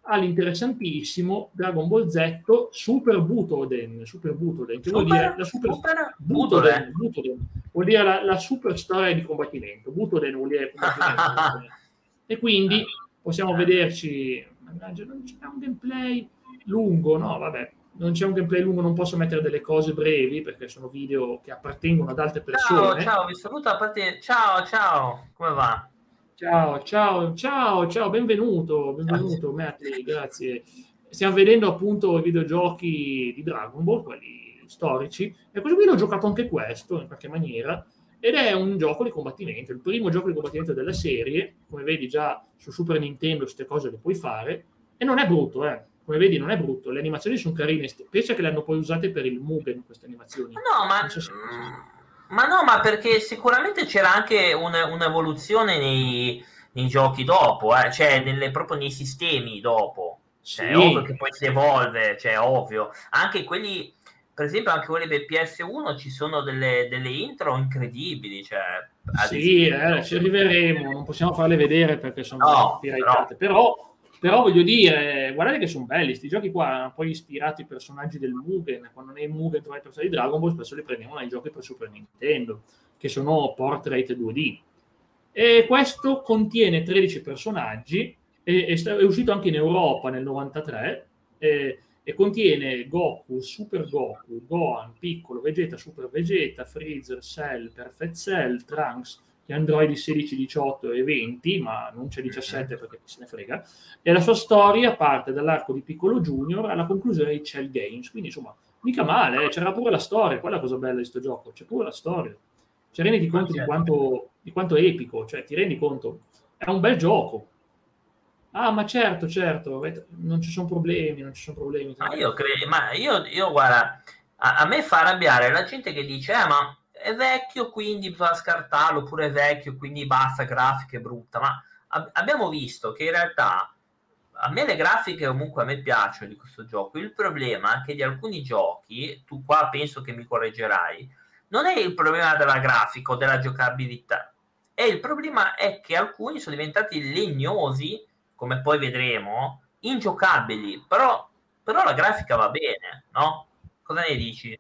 all'interessantissimo Dragon Ball Z Super Butoden, Super Butoden, che super, vuol dire la super, super Butoden, Butoden, vuol dire la, la super storia di combattimento. Butoden vuol dire combattimento. E quindi possiamo vederci, mannaggia, non c'è un gameplay lungo, no, vabbè, non c'è un gameplay lungo, non posso mettere delle cose brevi perché sono video che appartengono ad altre persone. Ciao, ciao, vi saluto a parte... Ciao, ciao, come va? Ciao, ciao, ciao, ciao, benvenuto, benvenuto, Matty, grazie. Stiamo vedendo appunto i videogiochi di Dragon Ball, quelli storici, e questo qui l'ho giocato anche questo, in qualche maniera, ed è un gioco di combattimento, il primo gioco di combattimento della serie, come vedi già su Super Nintendo queste cose le puoi fare, e non è brutto, eh. Come vedi non è brutto, le animazioni sono carine, pensa che le hanno poi usate per il Mugen queste animazioni. No, ma... So se... Ma no, ma perché sicuramente c'era anche un'evoluzione nei, nei giochi dopo, eh? Cioè nelle, proprio nei sistemi dopo. Cioè, sì. È ovvio che poi si evolve, cioè ovvio. Anche quelli, per esempio, anche quelli per P S uno ci sono delle, delle intro incredibili. Cioè, ad sì, eh, ci arriveremo, non possiamo farle vedere perché sono no, piratate, però... però... Però voglio dire, guardate che sono belli, sti giochi qua hanno poi ispirato i personaggi del Mugen, quando nei Mugen trovi i personaggi di Dragon Ball spesso li prendiamo dai giochi per Super Nintendo, che sono portrait due D. E questo contiene tredici personaggi, e, e è uscito anche in Europa nel novantatré, e, e contiene Goku, Super Goku, Gohan, Piccolo, Vegeta, Super Vegeta, Freezer, Cell, Perfect Cell, Trunks, gli androidi sedici, diciotto e venti, ma non c'è diciassette perché chi se ne frega, e la sua storia parte dall'arco di Piccolo Junior alla conclusione di Cell Games, quindi insomma, mica male, eh? C'era pure la storia, quella è la cosa bella di questo gioco, c'è pure la storia, cioè renditi conto di quanto, di quanto è epico, cioè ti rendi conto, è un bel gioco. Ah, ma certo, certo, non ci sono problemi, non ci sono problemi. Ma io credo, ma io, io guarda, a, a me fa arrabbiare la gente che dice, eh, ma è vecchio quindi va scartarlo, oppure è vecchio quindi basta, grafica è brutta, ma ab- abbiamo visto che in realtà a me le grafiche comunque a me piacciono di questo gioco, il problema è che di alcuni giochi, tu qua penso che mi correggerai, non è il problema della grafica o della giocabilità, e il problema è che alcuni sono diventati legnosi, come poi vedremo, ingiocabili, però, però la grafica va bene, no? Cosa ne dici?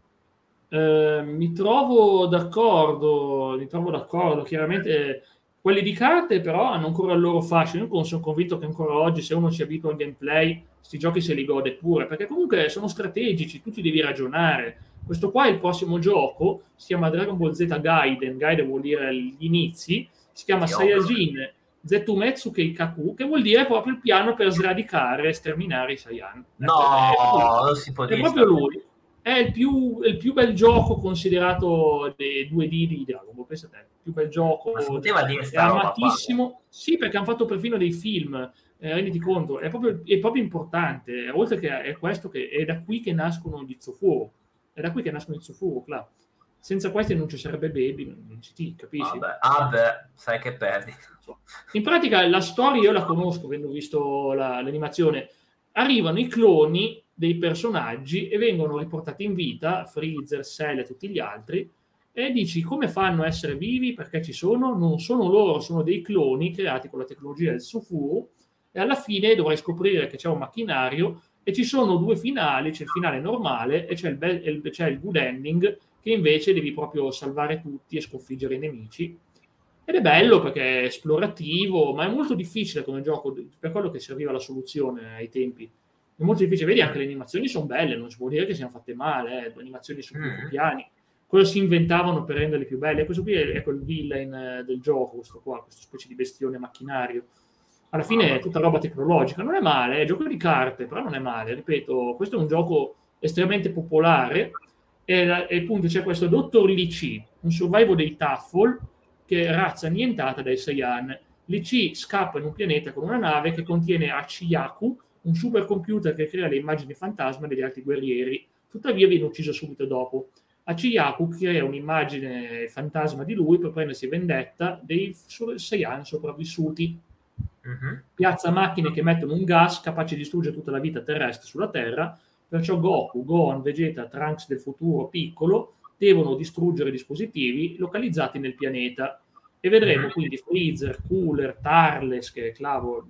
Eh, mi trovo d'accordo, mi trovo d'accordo, chiaramente quelli di carte però hanno ancora il loro fascino, io sono convinto che ancora oggi se uno si abitua al gameplay, questi giochi se li gode pure, perché comunque sono strategici, tu ci devi ragionare. Questo qua è il prossimo gioco, si chiama Dragon Ball Z Gaiden, Gaiden vuol dire gli inizi, si chiama Sì, Saiyajin Zetsumetsu Keikaku, che vuol dire proprio il piano per sradicare e sterminare i Saiyan. no, ecco, non si può è dire. proprio lui. È il più, il più bel gioco considerato dei due D di Dragon Ball, pensa te, il più bel gioco, Ma si poteva dire è sta roba amatissimo, qua. sì, perché hanno fatto perfino dei film, eh, renditi conto, è proprio, è proprio importante, oltre che è questo che è da qui che nascono gli Zofuro, è da qui che nascono gli Zofuro, clar. Senza questi non ci sarebbe Baby, non ci ti capisci? Vabbè, ah beh, sai che perdi. In pratica la storia io la conosco, avendo visto la, l'animazione, arrivano i cloni dei personaggi e vengono riportati in vita, Freezer, Cell e tutti gli altri, e dici come fanno a essere vivi, perché ci sono, non sono loro, sono dei cloni creati con la tecnologia del Sufuru, e alla fine dovrai scoprire che c'è un macchinario e ci sono due finali, c'è il finale normale e c'è il, be- il, c'è il good ending, che invece devi proprio salvare tutti e sconfiggere i nemici. Ed è bello perché è esplorativo, ma è molto difficile come gioco, per quello che serviva la soluzione ai tempi. È molto difficile, vedi anche le animazioni sono belle, non si può dire che siano fatte male, eh, le animazioni su più piani. Cosa si inventavano per renderle più belle? Questo qui è, è quel villain del gioco, questo qua, questa specie di bestione macchinario. Alla fine è tutta roba tecnologica, non è male, è gioco di carte, però non è male, ripeto, questo è un gioco estremamente popolare e, la, e appunto c'è questo dottor Li Chi, un survival dei Taffol, che è razza annientata dai Saiyan. Li Chi scappa in un pianeta con una nave che contiene Hachiyaku, un supercomputer che crea le immagini fantasma degli altri guerrieri, tuttavia viene ucciso subito dopo. Hachiyaku crea un'immagine fantasma di lui per prendersi vendetta dei Saiyan sopravvissuti. Uh-huh. Piazza macchine che mettono un gas capace di distruggere tutta la vita terrestre sulla Terra, perciò Goku, Gohan, Vegeta, Trunks del futuro Piccolo devono distruggere dispositivi localizzati nel pianeta e vedremo quindi Freezer, Cooler, Tarles, che è Clavo,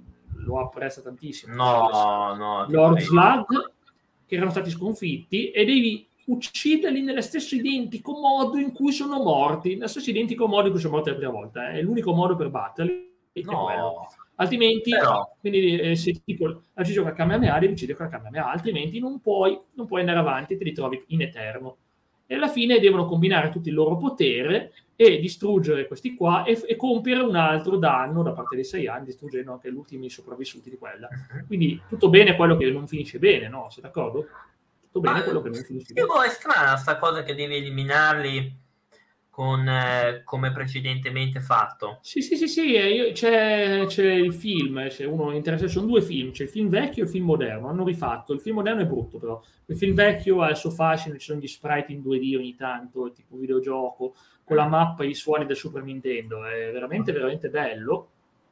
lo apprezza tantissimo. No, no. Lord Slug, che erano stati sconfitti, e devi ucciderli nello stesso identico modo in cui sono morti, nello stesso identico modo in cui sono morti la prima volta. È l'unico modo per batterli, è No. quello. Altrimenti, Però... quindi, eh, se tipo la gioca a Kamehameha, devi uccidere con la Kamehameha, altrimenti non puoi, non puoi andare avanti, te li trovi in eterno. E alla fine devono combinare tutto il loro potere e distruggere questi qua e, e compiere un altro danno da parte dei Saiyan, distruggendo anche gli ultimi sopravvissuti di quella. Quindi tutto bene quello che non finisce bene, no? Sei d'accordo? Tutto bene Ma, quello che non finisce sì, bene. boh, è strana sta cosa che devi eliminarli con, eh, come precedentemente fatto. Sì, sì, sì, sì, io, c'è, c'è il film, c'è uno interessante, sono due film, c'è il film vecchio e il film moderno, hanno rifatto, il film moderno è brutto però, il film vecchio ha il suo fascino, ci sono gli sprite in due D ogni tanto, tipo videogioco, con la mappa e i suoni del Super Nintendo, è veramente, veramente bello.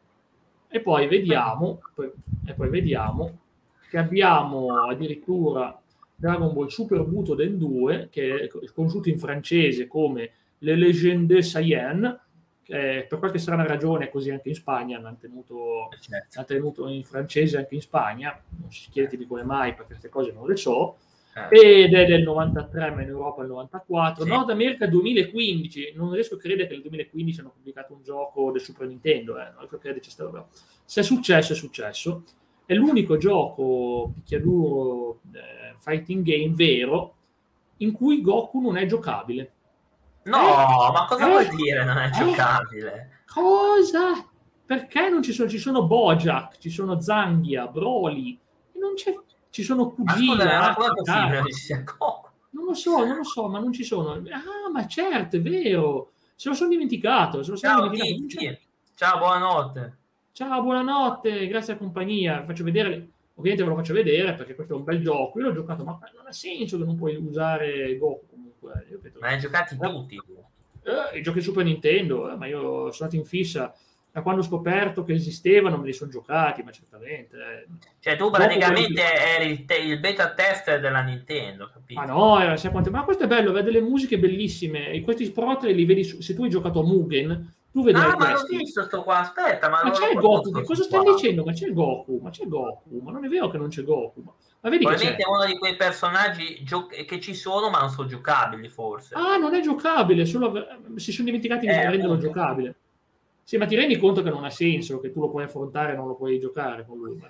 E poi vediamo, poi, e poi vediamo che abbiamo addirittura Dragon Ball Super Butoden due, che è conosciuto in francese come Le Legende Saiyan. Eh, per qualche strana ragione, così anche in Spagna l'hanno tenuto, Certo. l'hanno tenuto in francese anche in Spagna, non si chiedete di come mai, perché queste cose non le so, eh. Ed è del novantatré, ma in Europa il novantaquattro, sì. Nord America duemilaquindici, non riesco a credere che nel duemilaquindici hanno pubblicato un gioco del Super Nintendo, eh. Non riesco a credere c'è stato, però. Se è successo, è successo. È l'unico gioco picchiaduro eh, fighting game vero in cui Goku non è giocabile. No, eh? ma cosa eh? vuol dire non è eh? giocabile? Cosa? Perché non ci sono? Ci sono Bojack, ci sono Zanghia, Broly, e non c'è, ci sono Kujira. Ma come è possibile che ci sia Goku? Non lo so, non lo so, ma non ci sono. Ah, ma certo, è vero. Se lo sono dimenticato. Se lo sono Ciao, dimenticato. Ciao, buonanotte. Ciao, buonanotte, grazie alla compagnia. Faccio vedere, ovviamente ve lo faccio vedere perché questo è un bel gioco. Io l'ho giocato, ma non ha senso che non puoi usare Goku comunque. Io penso, ma hai giocati eh, tutti? Eh, I giochi Super Nintendo, eh, ma io sono stato in fissa da quando ho scoperto che esistevano, me li sono giocati, ma certamente. Eh. Cioè tu praticamente eri il, te- il beta tester della Nintendo, capito? Ma no, era, sai quante... ma questo è bello, vede delle musiche bellissime, e questi sproteri li vedi, su... se tu hai giocato a Mugen, tu vedrai ah, questi. ma l'ho visto sto qua, aspetta, ma, ma non c'è lo Goku, che cosa stai qua. dicendo? Ma c'è Goku, ma c'è Goku, ma non è vero che non c'è Goku, ma, ma vedi probabilmente che è uno di quei personaggi gio- che ci sono ma non sono giocabili forse. Ah, non è giocabile, solo... si sono dimenticati di eh, renderlo appunto. giocabile. Sì, ma ti rendi conto che non ha senso, che tu lo puoi affrontare e non lo puoi giocare con lui.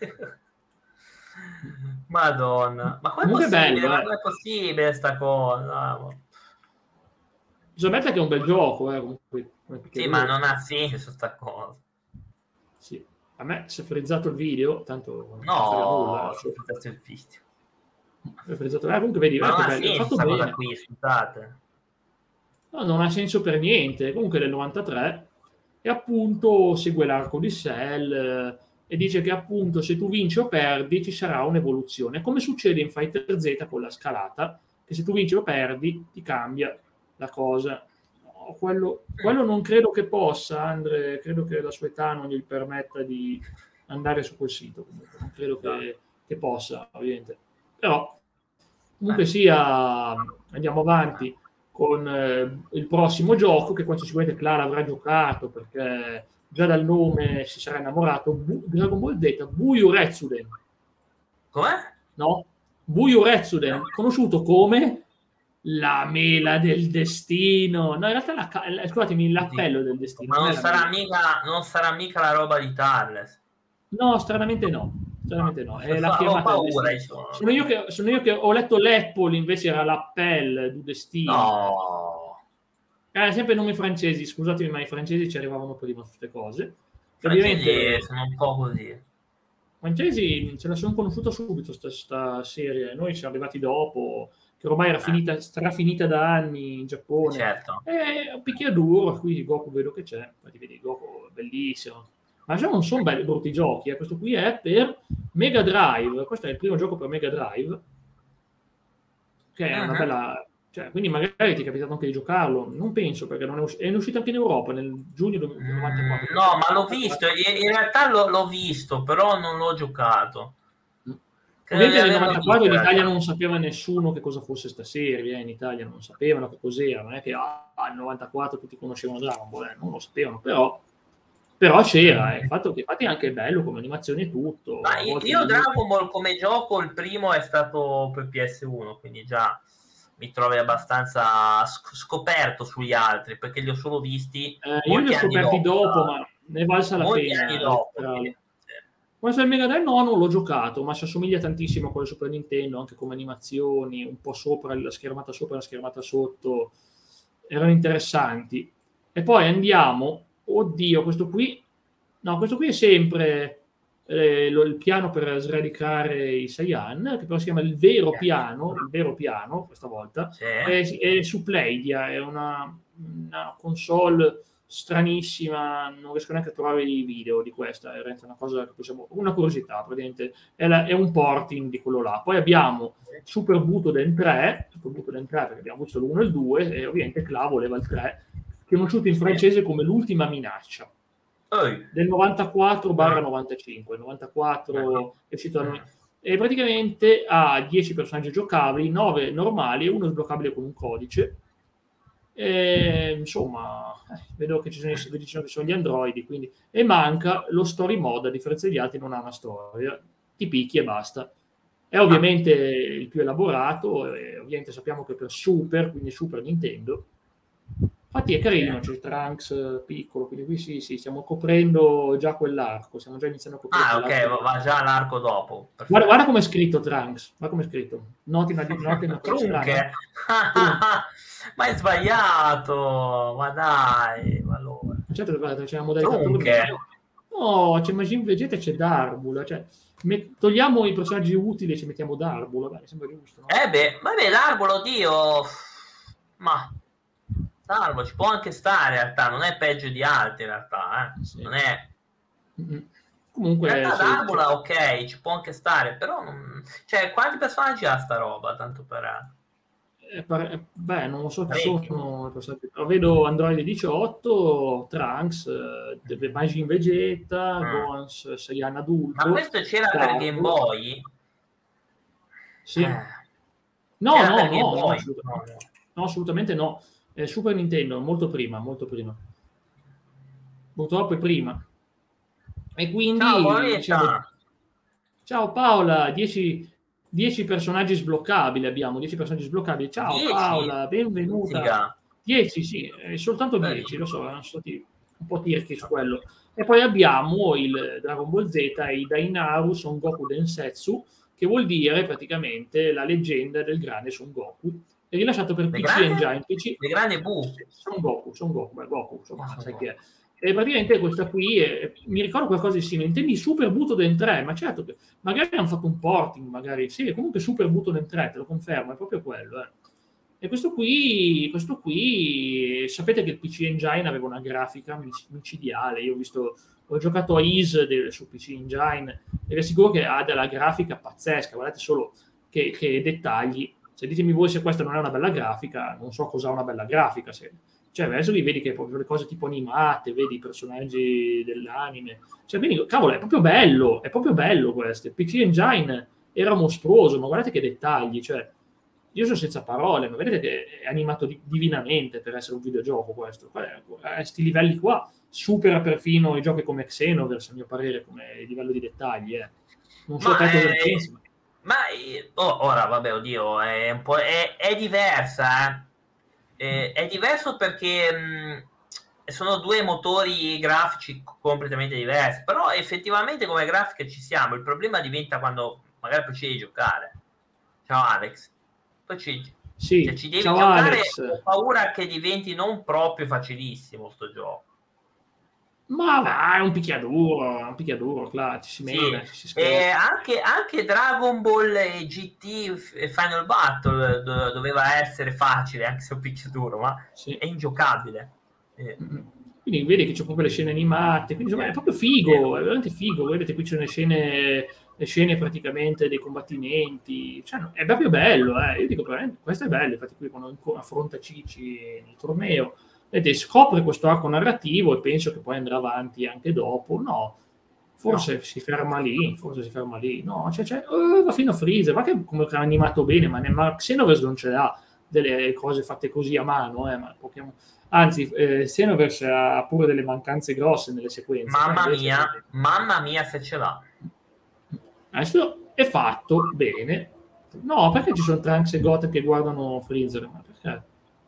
Madonna, ma come è possibile? Bello, ma eh. come è possibile sta cosa? Bisogna mettere che è un bel gioco, eh, comunque, sì, ma non ha senso sta cosa. Sì, a me si è frizzato il video, tanto no, non frega nulla. Si è frizzato il video. È frizzato, eh, comunque vedi, ma eh, non che ha bello, senso fatto sta bene. cosa qui, scusate. No, non ha senso per niente. Comunque del novantatré e appunto segue l'arco di Cell eh, e dice che appunto se tu vinci o perdi ci sarà un'evoluzione, come succede in Fighter Z con la scalata, che se tu vinci o perdi ti cambia la cosa. No, quello, quello non credo che possa, Andre, credo che la sua età non gli permetta di andare su quel sito, comunque. Non credo che, che possa, ovviamente. Però comunque sia, andiamo avanti con eh, il prossimo gioco, che questo sicuramente Clara avrà giocato perché già dal nome si sarà innamorato. Bu- Dragon Ball Z Buyu Retsuden. Com'è? No? Buyu Retsuden, conosciuto come la mela del destino. No, in realtà la, la, scusatemi, l'appello del destino. Ma non, non sarà, mica, non sarà mica la roba di Tarles. No, stranamente no. Stranamente no. È la chiamata paura, del destino. Sono io, che, sono io che ho letto l'Apple, invece era l'appello du destino. No. Eh, sempre nomi francesi, scusatemi, ma i francesi ci arrivavano prima su queste cose. Ovviamente sono un po' così. I francesi ce la sono conosciuta subito questa serie, noi siamo arrivati dopo, che ormai era finita, strafinita da anni in Giappone. Certo. E un picchiaduro, qui Goku vedo che c'è, infatti vedi Goku è bellissimo. Ma già non sono belli brutti giochi, eh. Questo qui è per Mega Drive, questo è il primo gioco per Mega Drive, che è uh-huh. una bella... Cioè, quindi magari ti è capitato anche di giocarlo, non penso, perché non è, usci- è uscito anche in Europa nel giugno del novantaquattro. No, ma l'ho visto, in realtà l'ho, l'ho visto, però non l'ho giocato. Ovviamente nel novantaquattro in Italia non sapeva nessuno che cosa fosse sta serie, eh? In Italia non sapevano che cos'era, non è che ah, nel novantaquattro tutti conoscevano Dragon Ball, eh? Non lo sapevano, però Però c'era, eh, il fatto che infatti è anche bello come animazione e tutto. Ma io, io Dragon Ball come gioco, il primo è stato per P S uno, quindi già mi trovi abbastanza sc- scoperto sugli altri, perché li ho solo visti eh, io li ho scoperti dopo, dopo ma ne è valsa la molti pena. Anni dopo, sì. Questo del Mega Drive no, non l'ho giocato, ma si assomiglia tantissimo a quello Super Nintendo, anche come animazioni, un po' sopra, la schermata sopra, la schermata sotto, erano interessanti. E poi andiamo, oddio, questo qui, no, questo qui è sempre eh, lo, il piano per sradicare i Saiyan, che però si chiama il vero piano, il vero piano, questa volta, sì. è, è su Playdia, è una, una console stranissima, non riesco neanche a trovare i video di questa, è una cosa che possiamo, una curiosità, praticamente è, la, è un porting di quello là. Poi abbiamo Super Butoden tre, Super Butoden tre perché abbiamo visto l'uno e il due, e ovviamente Cla voleva il tre, che è conosciuto in francese come L'ultima minaccia, Oi. del novantaquattro novantacinque, novantaquattro è uscito da noi. E praticamente ha dieci personaggi giocabili, nove normali e uno sbloccabile con un codice. E, insomma, eh, vedo che ci sono, diciamo che sono gli androidi, quindi, e manca lo story mode, a differenza degli altri non ha una storia, ti picchi e basta. È ovviamente il più elaborato, e ovviamente sappiamo che per Super, quindi Super Nintendo, infatti è carino, c'è il Trunks piccolo, quindi qui sì, sì, stiamo coprendo già quell'arco, stiamo già iniziando a coprire. Ah, ok, va già l'arco dopo. Guarda, guarda come è scritto Trunks, guarda come è scritto. Noti una, noti una cosa strana. Ma è sbagliato, ma dai, ma allora. Certo, guarda, c'è la modalità turno. No, c'è Majin Vegeta e c'è Darbula, cioè met- togliamo i personaggi utili e ci mettiamo Darbula, beh, mi sembra giusto, no? Eh beh, vabbè, Darbula, oddio, ma Darbula ci può anche stare in realtà, non è peggio di altri in realtà, eh. Sì. Non è... Mm-hmm. Comunque, in realtà sì, Darbula, sì. ok, ci può anche stare, però non... cioè, quanti personaggi ha sta roba, tanto per... Eh, beh, non lo so chi sono, lo vedo Android diciotto, Trunks, eh, Majin Vegeta, mm. Gohan Saiyan adulto. Ma questo c'era Darbula. Per Game Boy? Sì. Eh. No, no, no, no, assolutamente, no, no. no, assolutamente no. Eh, Super Nintendo, molto prima, molto prima. Purtroppo è prima. E quindi... Ciao, diciamo, ciao Paola, dieci... dieci personaggi sbloccabili abbiamo, dieci personaggi sbloccabili. Ciao dieci? Paola, benvenuta. dieci, sì, eh, soltanto dieci, lo so, sono stati un po' tirchi su quello. E poi abbiamo il Dragon Ball Z e i Dainaru Son Goku Densetsu, che vuol dire praticamente la leggenda del grande Son Goku, è rilasciato per P C Engine. P C... Le grandi Bu. Son Goku, Son Goku, beh, Goku, insomma, ah, sai chi è. E praticamente questa qui è, mi ricordo qualcosa di simile, intendi Super Butoden tre, ma certo che magari hanno fatto un porting, magari sì, comunque Super Butoden tre, te lo confermo, è proprio quello. Eh. E questo qui, questo qui, sapete che il P C Engine aveva una grafica micidiale, io ho visto, ho giocato a Is del, su P C Engine, ed è sicuro che ha della grafica pazzesca, guardate solo che, che dettagli, se ditemi voi se questa non è una bella grafica, non so cosa ha una bella grafica, se... Cioè, adesso vi vedi che proprio le cose tipo animate, vedi i personaggi dell'anime. Cioè, vedi, cavolo, è proprio bello, è proprio bello questo. Il P C Engine era mostruoso, ma guardate che dettagli, cioè, io sono senza parole, ma vedete che è animato di- divinamente per essere un videogioco questo. A questi livelli qua supera perfino i giochi come Xenoverse, a mio parere, come livello di dettagli, eh. Non so te cosa ne pensi. Ma oh, ora, vabbè, oddio, è un po' è, è diversa, eh. Eh, è diverso perché mh, sono due motori grafici completamente diversi, però effettivamente come grafica ci siamo. Il problema diventa quando magari poi ci devi giocare. Ciao Alex, poi ci, sì, cioè, ci devi ciao giocare. Alex. Ho paura che diventi non proprio facilissimo sto gioco. Ma va, è un picchiaduro, è un picchiaduro, là, ci si mena, sì. ci si e anche, anche Dragon Ball e G T Final Battle do- doveva essere facile, anche se è un picchiaduro, ma sì. È ingiocabile. Eh. Quindi vedi che c'è proprio le scene animate, quindi insomma, è proprio figo, è veramente figo. Vedete qui c'è le scene, le scene praticamente dei combattimenti, cioè, è proprio bello, eh. Io dico, questo è bello, infatti qui quando affronta Cici nel torneo, vedete, scopre questo arco narrativo e penso che poi andrà avanti anche dopo. No, forse no. si ferma lì, forse si ferma lì. No, cioè, cioè, uh, va fino a Freezer, ma che come ha animato bene, ma, ma Xenoverse non ce l'ha. delle cose fatte così a mano, eh, ma Pokémon... anzi eh, Xenoverse ha pure delle mancanze grosse nelle sequenze. Mamma cioè, mia, invece... mamma mia se ce l'ha. Adesso è fatto bene. No, perché ci sono Trunks e Goten che guardano Freezer? Ma perché?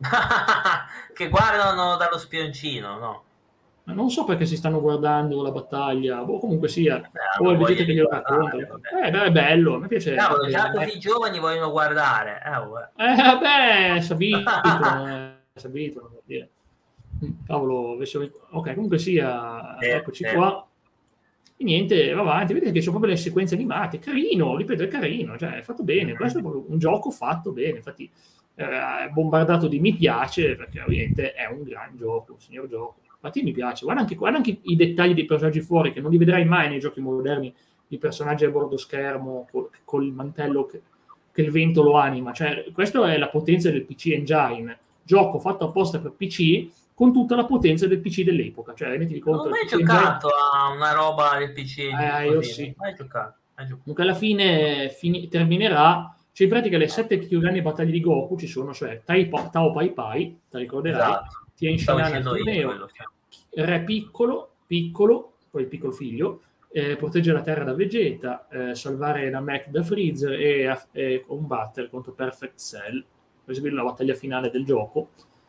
Che guardano dallo spioncino, no? Ma non so perché si stanno guardando la battaglia, o comunque sia, Beh, o il Vegeta che glielo racconta. Eh, beh, è bello, mi piace. Cavolo, anche... già così giovani vogliono guardare. Eh, eh vabbè, si abituano, eh, si abituano, vuol dire. Cavolo, ok, comunque sia, sì, eccoci sì. qua. E niente, va avanti, vedete che sono proprio le sequenze animate, carino, ripeto, è carino, cioè è fatto bene, questo è proprio un gioco fatto bene, infatti eh, bombardato di mi piace, perché ovviamente è un gran gioco, un signor gioco. Infatti mi piace, guarda anche, guarda anche i dettagli dei personaggi fuori, che non li vedrai mai nei giochi moderni, i personaggi a bordo schermo, col, col mantello che, che il vento lo anima, cioè questa è la potenza del P C Engine, gioco fatto apposta per P C, con tutta la potenza del P C dell'epoca. Cioè, renditi conto, non ho mai il P C giocato Engine... a una roba del P C. Eh, io sì. Non hai giocato. Hai giocato. Dunque alla fine fini, terminerà, cioè in pratica le sette più grandi battaglie di Goku ci sono, cioè Tai, Tao Pai Pai, te ricorderai, Esatto. Tien Shinhan al torneo, quello, cioè. Re Piccolo, Piccolo, poi il piccolo figlio, eh, proteggere la Terra da Vegeta, eh, salvare Namek da Freezer e, e combattere contro Perfect Cell, per eseguire la battaglia finale del gioco.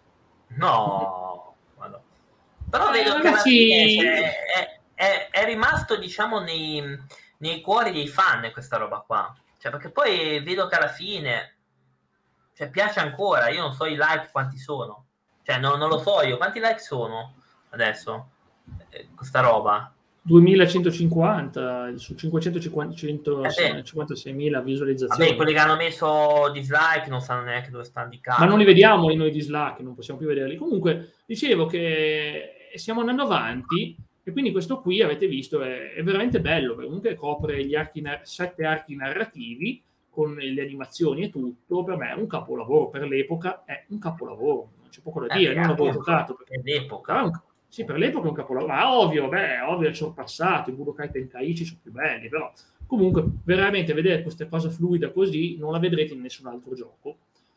No, Madonna. Però eh, vedo ragazzi... che alla fine, cioè, è, è, è rimasto, diciamo, nei, nei cuori dei fan questa roba qua. Cioè, perché poi vedo che alla fine, cioè, piace ancora. Io non so i like quanti sono. Cioè, no, non lo so io. Quanti like sono adesso? Eh, questa roba? duemilacentocinquanta su cinquecentocinquantaseimila visualizzazioni. Vabbè, quelli che hanno messo dislike non sanno neanche dove stanno di cazzo. Ma non li vediamo noi dislike, non possiamo più vederli. Comunque, dicevo che stiamo andando avanti e quindi questo qui, avete visto, è, è veramente bello, perché comunque copre gli archi, sette archi narrativi con le animazioni e tutto. Per me è un capolavoro, per l'epoca è un capolavoro, non c'è poco da dire, eh, non l'avevo giocato. Per l'epoca. Sì, per l'epoca è un capolavoro, ma ovvio, beh, ovvio è sorpassato, i Budokai Tenkaichi sono più belli, però comunque veramente vedere questa cosa fluida così non la vedrete in nessun altro gioco.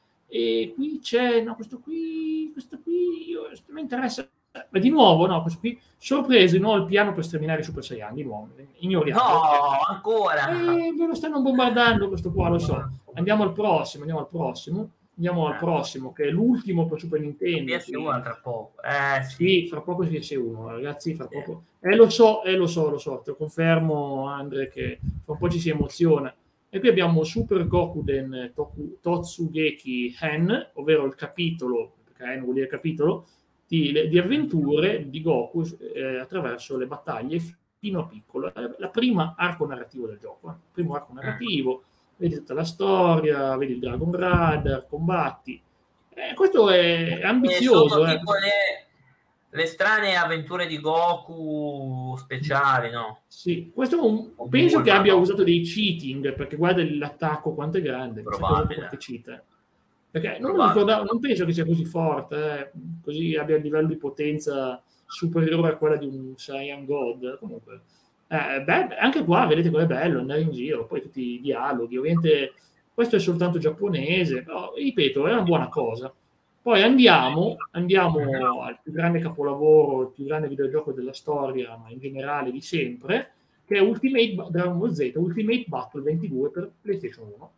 E qui c'è, no, questo qui, questo qui, io, mi interessa, ma di nuovo, no, questo qui, sorpreso di nuovo il piano per sterminare i Super Saiyan, di nuovo, ignoriamo. No, ancora! Eh, lo stanno bombardando questo qua, lo so. Andiamo al prossimo, andiamo al prossimo. Andiamo al prossimo, che è l'ultimo per Super Nintendo. P S uno tra poco. Eh, sì. sì, fra poco P S uno, ragazzi, fra sì. poco. Eh, lo so, eh, lo so, lo so, te lo confermo, Andre, che fra un po' ci si emoziona. E qui abbiamo Super Gokuden Toku, Totsugeki Hen, ovvero il capitolo, perché Hen vuol dire capitolo, di, di avventure di Goku eh, attraverso le battaglie fino a piccolo. La prima arco narrativo del gioco, eh. primo arco narrativo. Vedi tutta la storia, vedi il Dragon Radar, combatti. Eh, questo è ambizioso. Sono eh. tipo le, le strane avventure di Goku speciali, no? Sì, questo un, penso che abbia usato dei cheating, perché guarda l'attacco quanto è grande. Probabile. Cheat, perché non, mi ricordavo, non penso che sia così forte, eh, così abbia un livello di potenza superiore a quella di un Saiyan God. Comunque... Eh, beh, anche qua vedete com'è bello andare in giro, poi tutti i dialoghi, ovviamente questo è soltanto giapponese, però ripeto, è una buona cosa. Poi andiamo, andiamo al più grande capolavoro, il più grande videogioco della storia, ma in generale di sempre, che è Ultimate Dragon Ball Z, Ultimate Battle ventidue per PlayStation uno.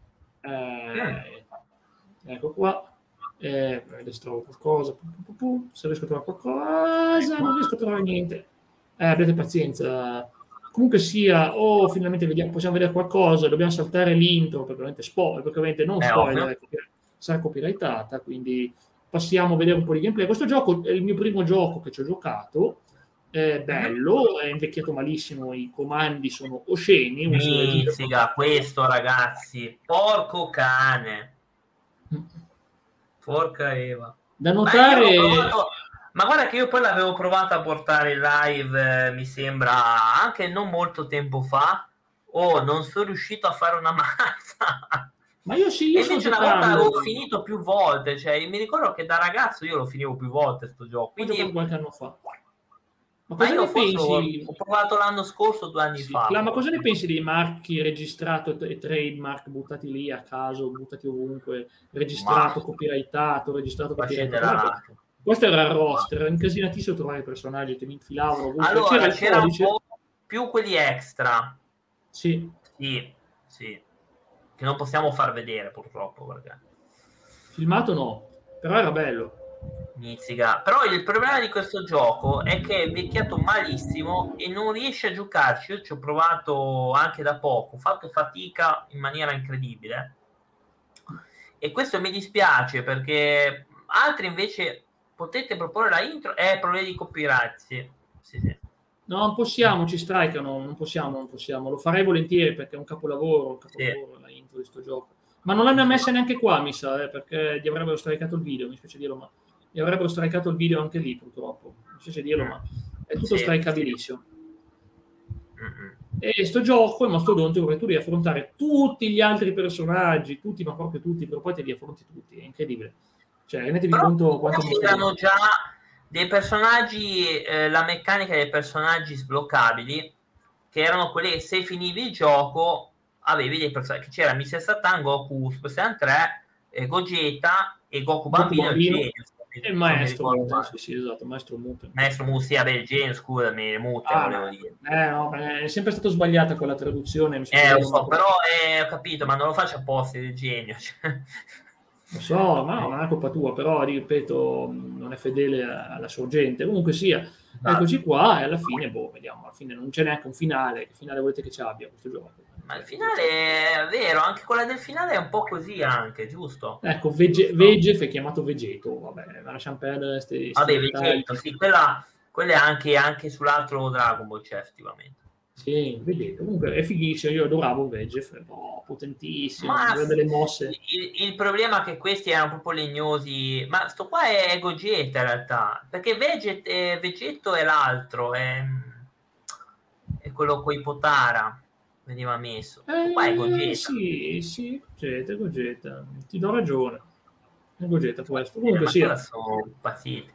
Eh, ecco qua, eh, adesso trovo qualcosa, se riesco a trovare qualcosa, non riesco a trovare niente. Eh, abbiate pazienza. Comunque sia, o oh, finalmente vediamo, possiamo vedere qualcosa, dobbiamo saltare l'intro, perché ovviamente, spoiler, perché ovviamente non spoiler, eh, sarà copyrightata, quindi passiamo a vedere un po' di gameplay. Questo gioco è il mio primo gioco che ci ho giocato, è bello, è invecchiato malissimo, i comandi sono osceni. Mizzica, questo ragazzi, porco cane. Porca Eva. Da notare... Ma guarda che io poi l'avevo provato a portare in live, eh, mi sembra, anche non molto tempo fa. Oh, non sono riuscito a fare una mazza. Ma io sì, io e invece una volta l'avevo finito più volte. Cioè, mi ricordo che da ragazzo io lo finivo più volte sto gioco. Quindi... qualche anno fa. Ma cosa ma io ne pensi? Ho, ho provato l'anno scorso, due anni sì, fa. Ma cosa ne pensi dei marchi registrato e trademark buttati lì a caso, buttati ovunque, registrato, ma... copyrightato, registrato, copyrightato? Questo era il roster, era incasinatissimo trovare i personaggi, te li infilavano ovunque. Allora, c'era il c'era codice. un po' più quelli extra. Sì. Sì, sì. Che non possiamo far vedere, purtroppo, perché... Filmato no, però era bello. Mizzica. Però il problema di questo gioco è che è vecchiato malissimo e non riesce a giocarci. Io ci ho provato anche da poco, ho fatto fatica in maniera incredibile. E questo mi dispiace, perché altri invece potete proporre la intro e eh, problemi di copyright. Sì, sì, sì. No, non possiamo, ci strikano, non possiamo, non possiamo. Lo farei volentieri perché è un capolavoro, un capolavoro sì. la intro di sto gioco. Ma non l'hanno messa neanche qua, mi sa, eh, perché gli avrebbero stricato il video, mi spiace dirlo, ma gli avrebbero stricato il video anche lì, purtroppo. Mi spiace dirlo, mm. ma è tutto sì, strikabilissimo. Sì. Mm-hmm. E sto gioco è mastodontico perché tu devi affrontare tutti gli altri personaggi, tutti, ma proprio tutti, però poi te li affronti tutti, è incredibile. Cioè, rendetevi però conto quanto c'erano già dei personaggi, eh, la meccanica dei personaggi sbloccabili, che erano quelli che se finivi il gioco avevi dei personaggi, c'era mister Satan, Goku Super Saiyan tre, eh, Gogeta e Goku Bambino, Goku Bambino. e il maestro Muten, sì, sì, esatto, maestro Muten. Maestro Muten, sì, vabbè, il genio, scusami, Muten, ah, volevo dire. Eh, no, è sempre stato sbagliata quella traduzione. Mi eh, lo so, ma... però eh, ho capito, ma non lo faccio apposta il genio. Cioè. Lo so, ma no, non è colpa tua, però, ripeto, non è fedele alla sorgente. Comunque sia, esatto. Eccoci qua e alla fine, boh, vediamo, alla fine non c'è neanche un finale. Che finale volete che ci abbia questo gioco? Ma il finale è vero, anche quella del finale è un po' così anche, giusto? Ecco, Vege- Vegef è chiamato Vegeto, vabbè, ma lasciamo perdere sti, sti Vabbè, Vegeto, sì, quella, quella è anche, anche sull'altro Dragon Ball, c'è effettivamente. Sì, Vegeto, comunque è fighissimo, io adoravo Vegef, no, potentissimo, aveva delle mosse. Il, il problema è che questi erano proprio legnosi, ma sto qua è Gogeta in realtà, perché Veget, eh, Vegeto è l'altro, è, è quello con i Potara. Veniva messo. Eh, qua è Gogeta. Sì, sì, Gogeta, Gogeta. Ti do ragione. È Gogeta questo. Eh, Comunque sia. Sono pazziti.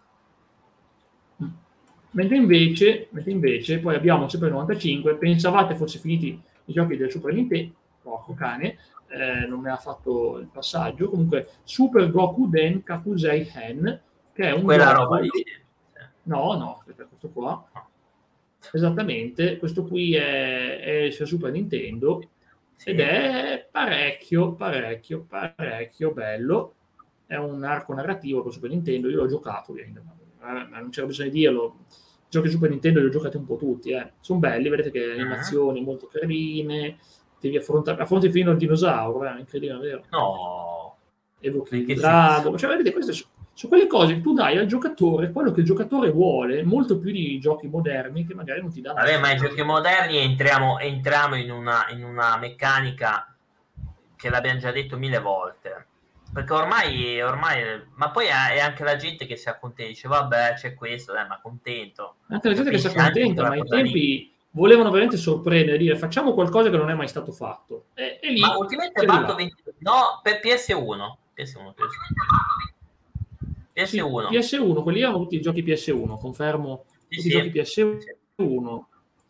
Mentre invece, mentre invece, poi abbiamo sempre il novantacinque, pensavate fosse finiti i giochi del Super Nintendo, porco cane, eh, non mi ha fatto il passaggio. Comunque, Super Goku Den Kakusei Hen, che è un Quella gioco... roba lì. No, no, aspetta, questo qua. No. Esattamente, questo qui è, è il Super Nintendo, sì. Ed è parecchio, parecchio, parecchio bello. È un arco narrativo per Super Nintendo, io l'ho giocato, ma non c'era bisogno di dirlo. I giochi Super Nintendo li ho giocati un po' tutti, eh. Sono belli, vedete che le animazioni molto carine, devi affrontare, affronti fino al dinosauro, è eh, incredibile, vero? No! Evochi il drago, cioè vedete queste sono su quelle cose che tu dai al giocatore quello che il giocatore vuole, molto più di giochi moderni che magari non ti danno. Vabbè, ma i giochi moderni entriamo, entriamo in, una, in una meccanica che l'abbiamo già detto mille volte, perché ormai, ormai ma poi è anche la gente che si accontenta, dice vabbè c'è questo, dai, ma contento. Anche la gente che si accontenta, ma ai tempi lì volevano veramente sorprendere, dire facciamo qualcosa che non è mai stato fatto. E, e lì ma ultimamente batto venti... no, per P S uno. P S uno, P S uno. P S uno. Sì, P S uno, quelli erano tutti i giochi P S uno, confermo, sì, tutti sì. i giochi P S uno.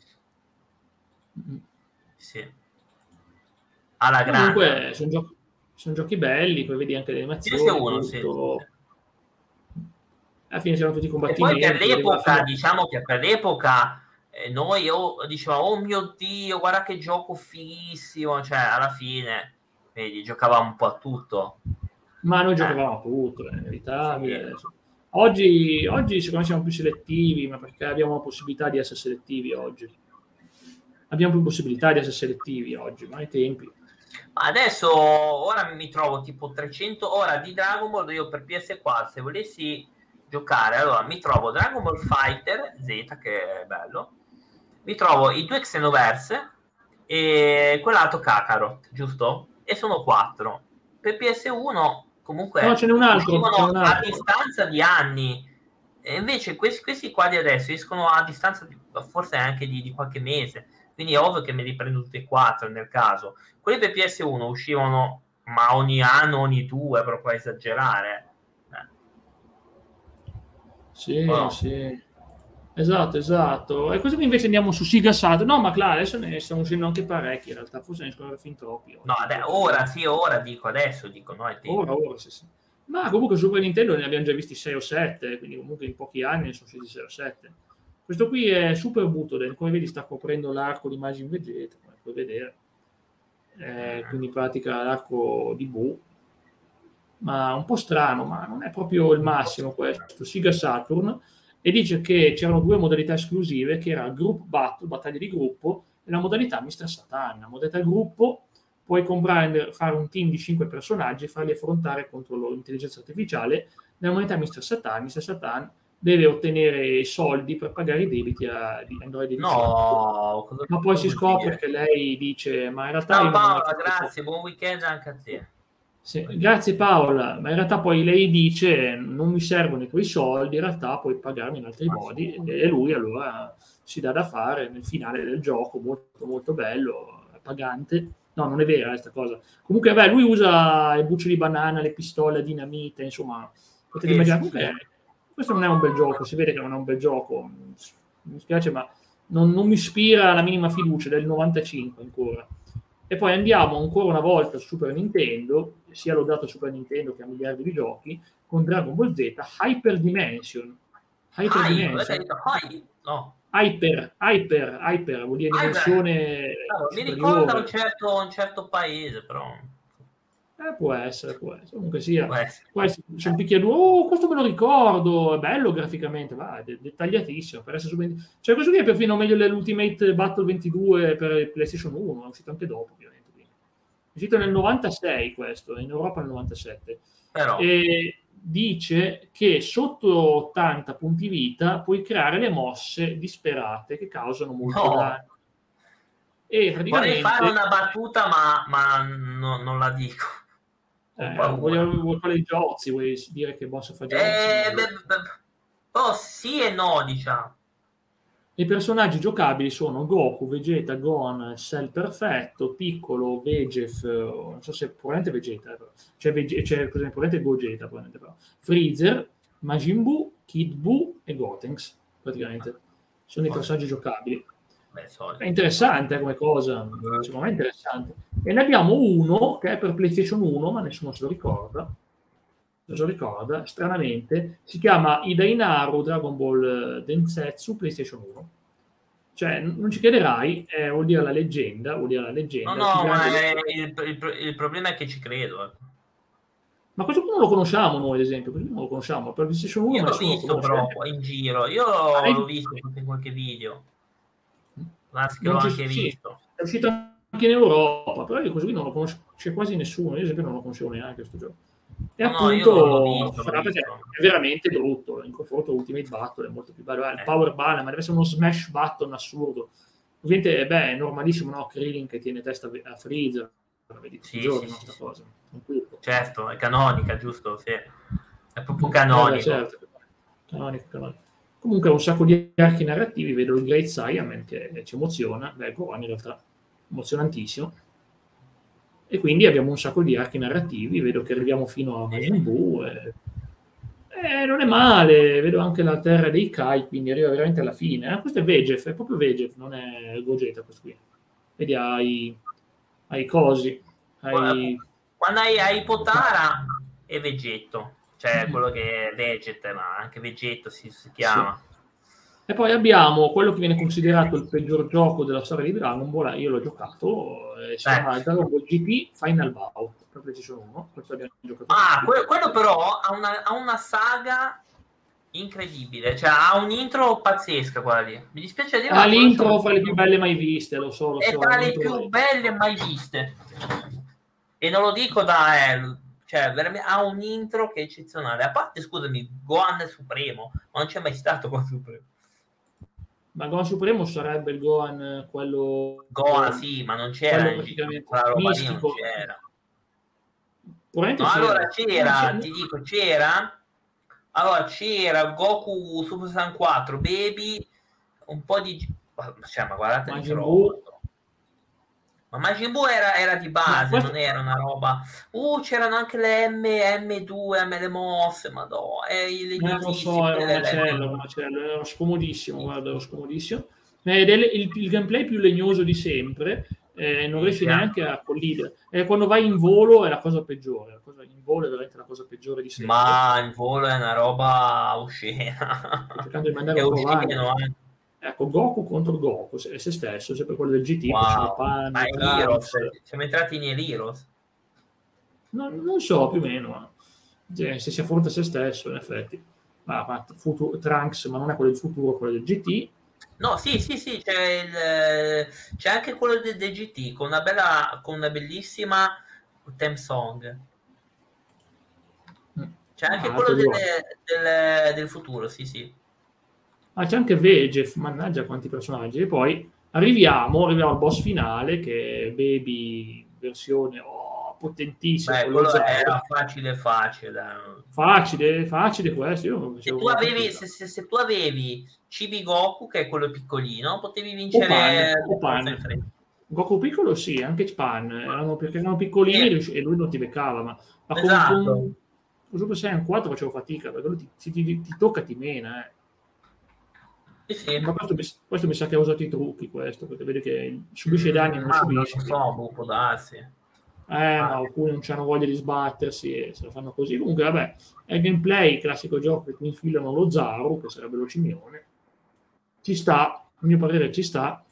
Sì. sì. Alla grande. Comunque sono giochi, sono giochi belli, poi vedi anche le animazioni. P S uno, tutto. Sì, sì. Alla fine c'erano tutti i combattimenti. E poi per l'epoca, fino... diciamo che per l'epoca eh, noi oh, dicevamo, oh mio Dio, guarda che gioco fighissimo, cioè alla fine, vedi, giocavamo un po' a tutto. Ma noi giocavamo a tutto, è inevitabile. Sì. Oggi, oggi secondo me siamo più selettivi, ma perché abbiamo la possibilità di essere selettivi oggi. Abbiamo più possibilità di essere selettivi oggi, ma ai tempi. Adesso, ora mi trovo tipo trecento ora di Dragon Ball, io per P S quattro, se volessi giocare, allora mi trovo Dragon Ball Fighter Z, che è bello, mi trovo i due Xenoverse e quell'altro Kakarot, giusto? E sono quattro. Per P S uno comunque no, ce n'è un altro, c'è un altro. a distanza di anni, e invece questi, questi qua di adesso escono a distanza di, forse anche di, di qualche mese, quindi è ovvio che me li prendo tutti e quattro nel caso. Quelli per P S uno uscivano ma ogni anno, ogni due, proprio a esagerare. Sì, oh. sì. Esatto, esatto. E questo qui invece andiamo su Siga Saturn. No, ma claro, adesso ne stanno uscendo anche parecchi, in realtà, forse ne sono fin troppi. No, adè, ora sì, ora dico, adesso dico, no, è tempo. Ora, ora, sì, sì. Ma comunque Super Nintendo ne abbiamo già visti sei o sette, quindi comunque in pochi anni ne sono usciti sei o sette. Questo qui è Super Butoden, come vedi sta coprendo l'arco di Majin Vegeta, come puoi vedere. Eh, quindi in pratica l'arco di Buu. Ma un po' strano, ma non è proprio il massimo questo. Siga Saturn, e dice che c'erano due modalità esclusive, che era Group Battle, battaglia di gruppo, e la modalità mister Satan. La modalità gruppo puoi comprare, fare un team di cinque personaggi e farli affrontare contro l'intelligenza artificiale. Nella modalità mister Satan, mister Satan deve ottenere soldi per pagare i debiti a di Android Edizione. No, cosa ma poi si scopre dire? che lei dice, ma in realtà... Ciao io non Paola, ho grazie, buon weekend anche a te. Sì, grazie Paola, ma in realtà poi lei dice non mi servono i tuoi soldi, in realtà puoi pagarmi in altri Ah, modi, sì. e lui allora si dà da fare nel finale del gioco, molto molto bello, pagante. No, non è vera questa cosa. Comunque, beh, lui usa i bucce di banana, le pistole a dinamite, insomma, potete Che immaginare. schifo. Comunque, questo non è un bel gioco, si vede che non è un bel gioco, mi spiace, ma non, non mi ispira la minima fiducia, del novantacinque ancora. E poi andiamo ancora una volta su Super Nintendo, sia lodato Super Nintendo che a miliardi di giochi, con Dragon Ball Z Hyper Dimension. Hyper Hai, Dimension. detto, hai, no. Hyper, hyper, hyper, vuol dire Hai, dimensione no, mi ricorda un superiore. certo, un certo paese, però. Eh, può essere, può essere. Comunque sia, Può essere. qua c'è un picchiaduro, oh, questo me lo ricordo, è bello graficamente, va, è dettagliatissimo. Per essere super... Cioè, questo qui è perfino meglio dell'Ultimate Battle ventidue per il PlayStation uno, è uscito anche dopo, ovviamente. È uscito nel novantasei questo, in Europa nel novantasette. Però. E dice che sotto ottanta punti vita puoi creare le mosse disperate che causano molto No. danno. E praticamente... Vorrei fare una battuta, ma, ma no, non la dico. Eh, voglio, vuoi fare i Giozzi, vuoi dire che boss fa Giozzi? Eh, beh, beh, oh, sì e no, diciamo. I personaggi giocabili sono Goku, Vegeta, Gohan, Cell Perfetto, Piccolo, Vegef, non so se è probabilmente Vegeta, c'è, Vege, c'è probabilmente Gogeta, probabilmente però. Freezer, Majin Buu, Kid Buu e Gotenks, praticamente. Sono i personaggi giocabili. Beh, so. È interessante come cosa, secondo me è interessante. E ne abbiamo uno che è per PlayStation uno, ma nessuno se lo ricorda. Se lo ricorda, stranamente, si chiama Idainaru Dragon Ball Densetsu PlayStation uno. Cioè, non ci crederai, eh, vuol dire la leggenda, vuol dire la leggenda. No, no, ma è, il, il, il problema è che ci credo. Ecco. Ma questo qui non lo conosciamo noi, ad esempio, questo non lo conosciamo, per PlayStation uno io l'ho nessuno visto lo però in giro, io ah, l'ho visto in qualche video. Maschio l'ho anche sì, visto. È uscito anche in Europa, però io così non lo conosce quasi nessuno, io ad esempio non lo conoscevo neanche questo gioco. E no, appunto no, l'ho visto, l'ho visto. è veramente brutto, in confronto Ultimate Battle è molto più bello, eh, il eh. Power Button, ma deve essere uno smash button assurdo. Ovviamente beh, è normalissimo, no? Krillin che tiene testa a Freezer, la vedi tutti i giorni, sì, no, sì, sta sì. cosa. Certo, è canonica, giusto? Sì. È proprio canonico. Eh, certo. Canonico, canonico. Comunque ha un sacco di archi narrativi, vedo il Great Saiyaman che ci emoziona, beh, Gohan in realtà emozionantissimo, e quindi abbiamo un sacco di archi narrativi, vedo che arriviamo fino a Majin Buu, e... eh, non è male, vedo anche la terra dei Kai, quindi arriva veramente alla fine. Eh, questo è Vegef, è proprio Vegef, non è Gogeta questo qui. Vedi, hai, hai cosi, hai... Quando hai, hai Potara e Vegetto, cioè quello che è Veget, ma anche Vegetto si, si chiama. Sì. E poi abbiamo quello che viene considerato il peggior gioco della storia di Dragon Ball, io l'ho giocato, eh, si chiama Dragon Ball G T Final Bout, per PlayStation uno, questo abbiamo giocato. Ah, que- quello però ha una, ha una saga incredibile, cioè ha un'intro pazzesca quella lì. Mi dispiace dire, ah, l'intro fra le più belle mai viste, lo so, lo è so. tra le più belle mai viste. E non lo dico da... Eh, cioè, veramente ha un intro che è eccezionale. A parte, scusami, Gohan Supremo, ma non c'è mai stato Gohan Supremo. Ma Gohan Supremo sarebbe il Gohan quello... Gohan, sì, ma non c'era in praticamente quella roba mistico. lì, non c'era. No, allora c'era, ti dico, c'era... Allora c'era Goku Super Saiyan quattro, Baby, un po' di... Cioè, ma guardate Majin Buu. Ma Majin Buu era, era di base, questo... non era una roba... Uh, c'erano anche le M, M due, M le mosse, madò, è Eh, lo so, legitissimo era un macello, era un macello, era scomodissimo, guarda, era scomodissimo. Ed è il, il gameplay più legnoso di sempre, eh, non riesci neanche a collidere. E quando vai in volo è la cosa peggiore, la cosa, in volo è veramente la cosa peggiore di sempre. Ma in volo è una roba oscena. Sto cercando di mandare È un po' avanti. osceno, eh. Ecco, Goku contro Goku, è se stesso, sempre quello del G T, Wow. Pan, Ma in Heroes, siamo entrati in Heroes. No, non so, più o meno, ma cioè, se si affronta se stesso, in effetti. Ma, ma futuro, Trunks, ma non è quello del futuro, quello del G T. No, sì, sì, sì, c'è, il, c'è anche quello del, del G T con una bella, con una bellissima theme song. C'è anche Ah, quello del, del, del futuro, sì, sì. Ah, c'è anche Vegef, mannaggia quanti personaggi. E poi arriviamo, arriviamo al boss finale, che è Baby versione oh, potentissima. Beh, quello era facile, facile. Facile, facile questo. Io se, tu avevi, se, se, se tu avevi Chibi Goku, che è quello piccolino, potevi vincere o Pan, o Pan. Goku piccolo sì, anche Pan, erano, perché erano piccolini sì. E lui non ti beccava, ma, ma esatto. con, con, con Super Saiyan quattro facevo fatica, perché lui ti, ti, ti, ti tocca, ti mena, eh. Sì, sì. Ma questo, questo mi sa che ha usato i trucchi, questo, perché vedi che subisce i danni e non ma subisce. Non so, può darsi. Eh, ah. ma alcuni non hanno voglia di sbattersi e se lo fanno così. Comunque, vabbè, è il gameplay, classico gioco che ti infilano lo Zaru, che sarebbe lo cimione. Ci sta, a mio parere ci sta.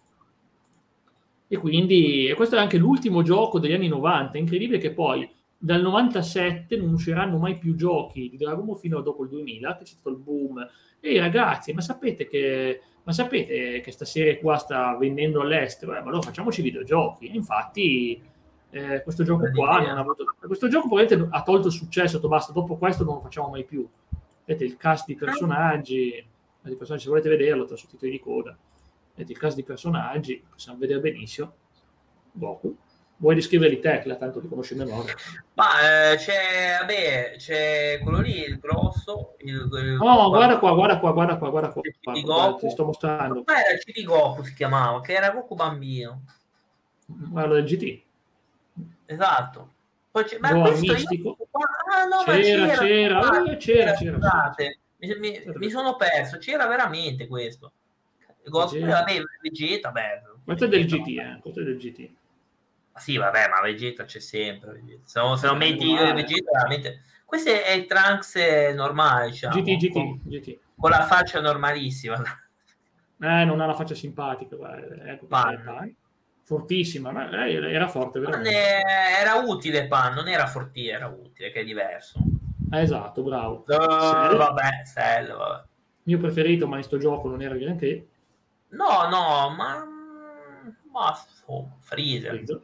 E quindi, e questo è anche l'ultimo gioco degli anni novanta. È incredibile che poi dal novantasette non usciranno mai più giochi di Dragon Ball fino a dopo il duemila, che c'è stato il boom. Ehi ragazzi, ma sapete che, ma sapete che sta serie qua sta vendendo all'estero? Eh, ma allora facciamoci videogiochi. E infatti eh, questo gioco qua non ha avuto... Questo gioco probabilmente ha tolto il successo, ha detto basta, dopo questo non lo facciamo mai più. Vedete il cast di personaggi, di personaggi se volete vederlo, tra sottotitoli di coda. Vedete il cast di personaggi, possiamo vedere benissimo. Goku. Vuoi descriverli te, che tanto ti conosci in memoria? Ma eh, c'è, vabbè, c'è quello lì, il grosso. Il, il, oh, guarda qua, guarda qua, guarda qua, guarda qua. Guarda, guarda, ti sto mostrando. Ma era il C D Goku si chiamava, che era Goku bambino. Guarda del G T. Esatto. Poi c'è, ma Gohan questo mistico. Io... Ah, no, c'era, ma c'era, c'era, c'era, c'era, c'era, scusate, mi, mi, mi sono perso, c'era veramente questo. Goku, vabbè, Vegeta, beh. Questo è del G T, eh, questo è del G T. Sì, vabbè, ma Vegeta c'è sempre. Vegeta. Se, non, se non metti io Vegeta, veramente... Questo è il Trunks normale, diciamo. G T, G T, con, G T. Con la faccia normalissima. Eh, non ha la faccia simpatica. Ecco, Pan. Fortissima, ma era forte, veramente. Era utile Pan, non era fortissimo, era utile, che è diverso. Eh, esatto, bravo. Uh, Cell. Vabbè, Cell, vabbè. Mio preferito, ma in sto gioco non era granché. No, no, ma... ma oh, Freezer. Freezer.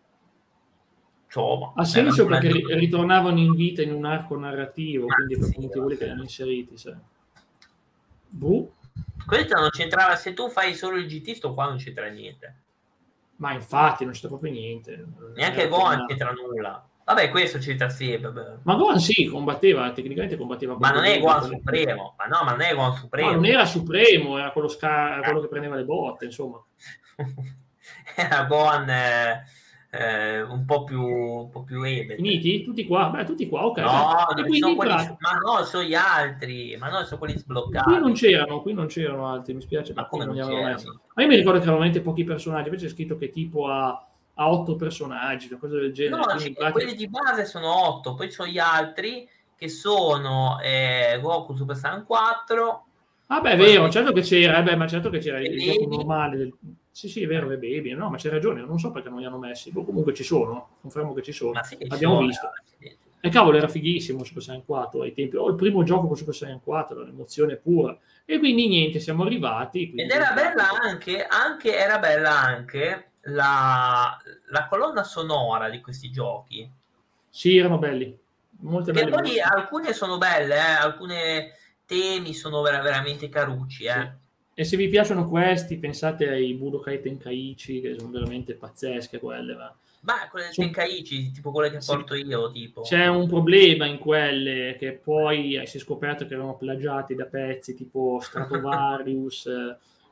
Insomma, ha senso perché di... ritornavano in vita in un arco narrativo, ma quindi per sì, motivi che li hanno inseriti. Sai. Boh. Questo non c'entrava, se tu fai solo il G T, sto qua non c'entra niente. Ma infatti non c'entra proprio niente. Neanche Gohan non c'entra nulla. Vabbè, questo c'entra sempre. Ma Gohan sì, combatteva, tecnicamente combatteva. Ma non è Gohan Supremo, ma no, ma non è Gohan Supremo. No, non era Supremo, era quello, sca... quello che prendeva le botte, insomma. Era Gohan... Eh... Eh, un po' più un po' più ebete. Finiti? Tutti qua? Beh, tutti qua, ok. No, sono quelli, ma no, sono gli altri, ma no, sono quelli sbloccati. Qui non c'erano, qui non c'erano altri, mi spiace, ma come non non c'erano? Messi. Ma io mi ricordo che erano veramente pochi personaggi, invece è scritto che tipo ha, ha otto personaggi, una cosa del genere. No, pratica... quelli di base sono otto, poi sono gli altri che sono eh, Goku Super Saiyan quattro. Ah beh, è vero, certo che c'era, eh beh, ma certo che c'era il gioco normale. Del... Sì, sì, è vero, è Baby. No, ma c'è ragione, non so perché non li hanno messi. Comunque ci sono, confermo che ci sono. Sì, abbiamo sono, visto. E eh, cavolo, era fighissimo Super Saiyan quattro ai tempi. O il primo gioco con Super Saiyan quattro, un'emozione pura. E quindi niente, siamo arrivati. Ed era bella anche, anche, era bella anche la, la colonna sonora di questi giochi. Sì, erano belli. Molte Perché belle. poi molte. Alcune sono belle, eh, alcune temi sono ver- veramente carucci, eh. Sì. E se vi piacciono questi, pensate ai Budokai Tenkaichi, che sono veramente pazzesche quelle. Ma, ma quelle sono... Tenkaichi, tipo quelle che sì. porto io, tipo. C'è un problema in quelle che poi si è scoperto che erano plagiati da pezzi tipo Stratovarius,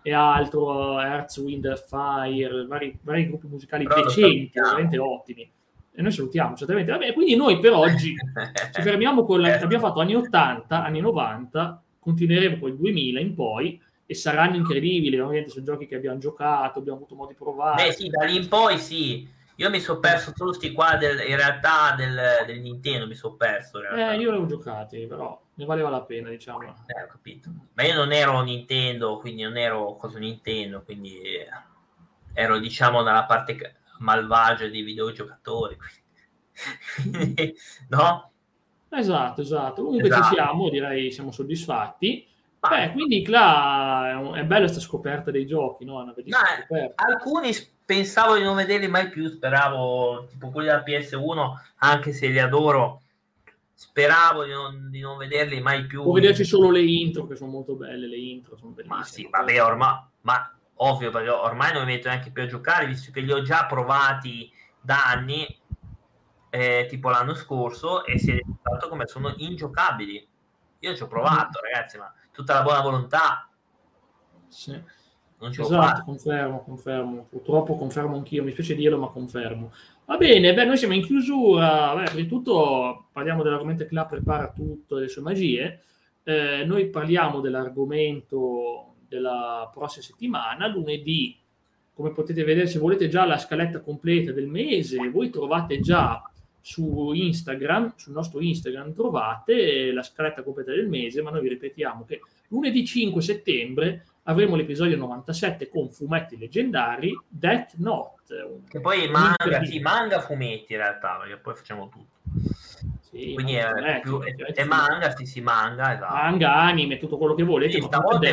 e altro, Earth, Wind Fire, vari, vari gruppi musicali Però decenti, veramente ottimi. E noi salutiamo, certamente. Vabbè, quindi noi per oggi ci fermiamo con la, abbiamo fatto anni ottanta, anni novanta, continueremo con il duemila in poi, e saranno incredibili, ovviamente sono giochi che abbiamo giocato, abbiamo avuto modo di provare. Beh sì, da lì in poi sì. Io mi sono perso tutti qua, del, in realtà del, del Nintendo mi sono perso. In eh, io l'avevo giocati, però ne valeva la pena, diciamo. Eh, ho capito. Ma io non ero Nintendo, quindi non ero cosa Nintendo, quindi ero, diciamo, dalla parte malvagia dei videogiocatori. Quindi, no? Esatto, esatto. Comunque Esatto. ci siamo, direi siamo soddisfatti. Beh, quindi là è, un, è bella questa scoperta dei giochi, no? È una bellissima Ma, scoperta. alcuni pensavo di non vederli mai più, speravo, tipo quelli della P S uno, anche se li adoro, speravo di non, di non vederli mai più. O vederci solo le intro, che sono molto belle, le intro sono bellissime. Ma sì, vabbè, ormai, ma ovvio, perché ormai non mi metto neanche più a giocare, visto che li ho già provati da anni, eh, tipo l'anno scorso, e si è dimostrato come sono ingiocabili. Io ci ho provato, mm. ragazzi, ma tutta la buona volontà. Sì. Non ci esatto, confermo, confermo. Purtroppo confermo anch'io, mi spiace dirlo, ma confermo. Va bene, beh, noi siamo in chiusura. Beh, prima di tutto parliamo dell'argomento che la prepara tutto, le sue magie. Eh, noi parliamo dell'argomento della prossima settimana, lunedì. Come potete vedere, se volete già la scaletta completa del mese, voi trovate già su Instagram, sul nostro Instagram, trovate la scaletta completa del mese, ma noi vi ripetiamo che lunedì cinque settembre avremo l'episodio novantasette con fumetti leggendari, Death Note. Che poi manga, sì, manga fumetti in realtà, perché poi facciamo tutto. Sì, quindi è, fumetti, più, è, è manga, sì, sì, manga, esatto. Manga, anime, tutto quello che volete. Sì, stavolta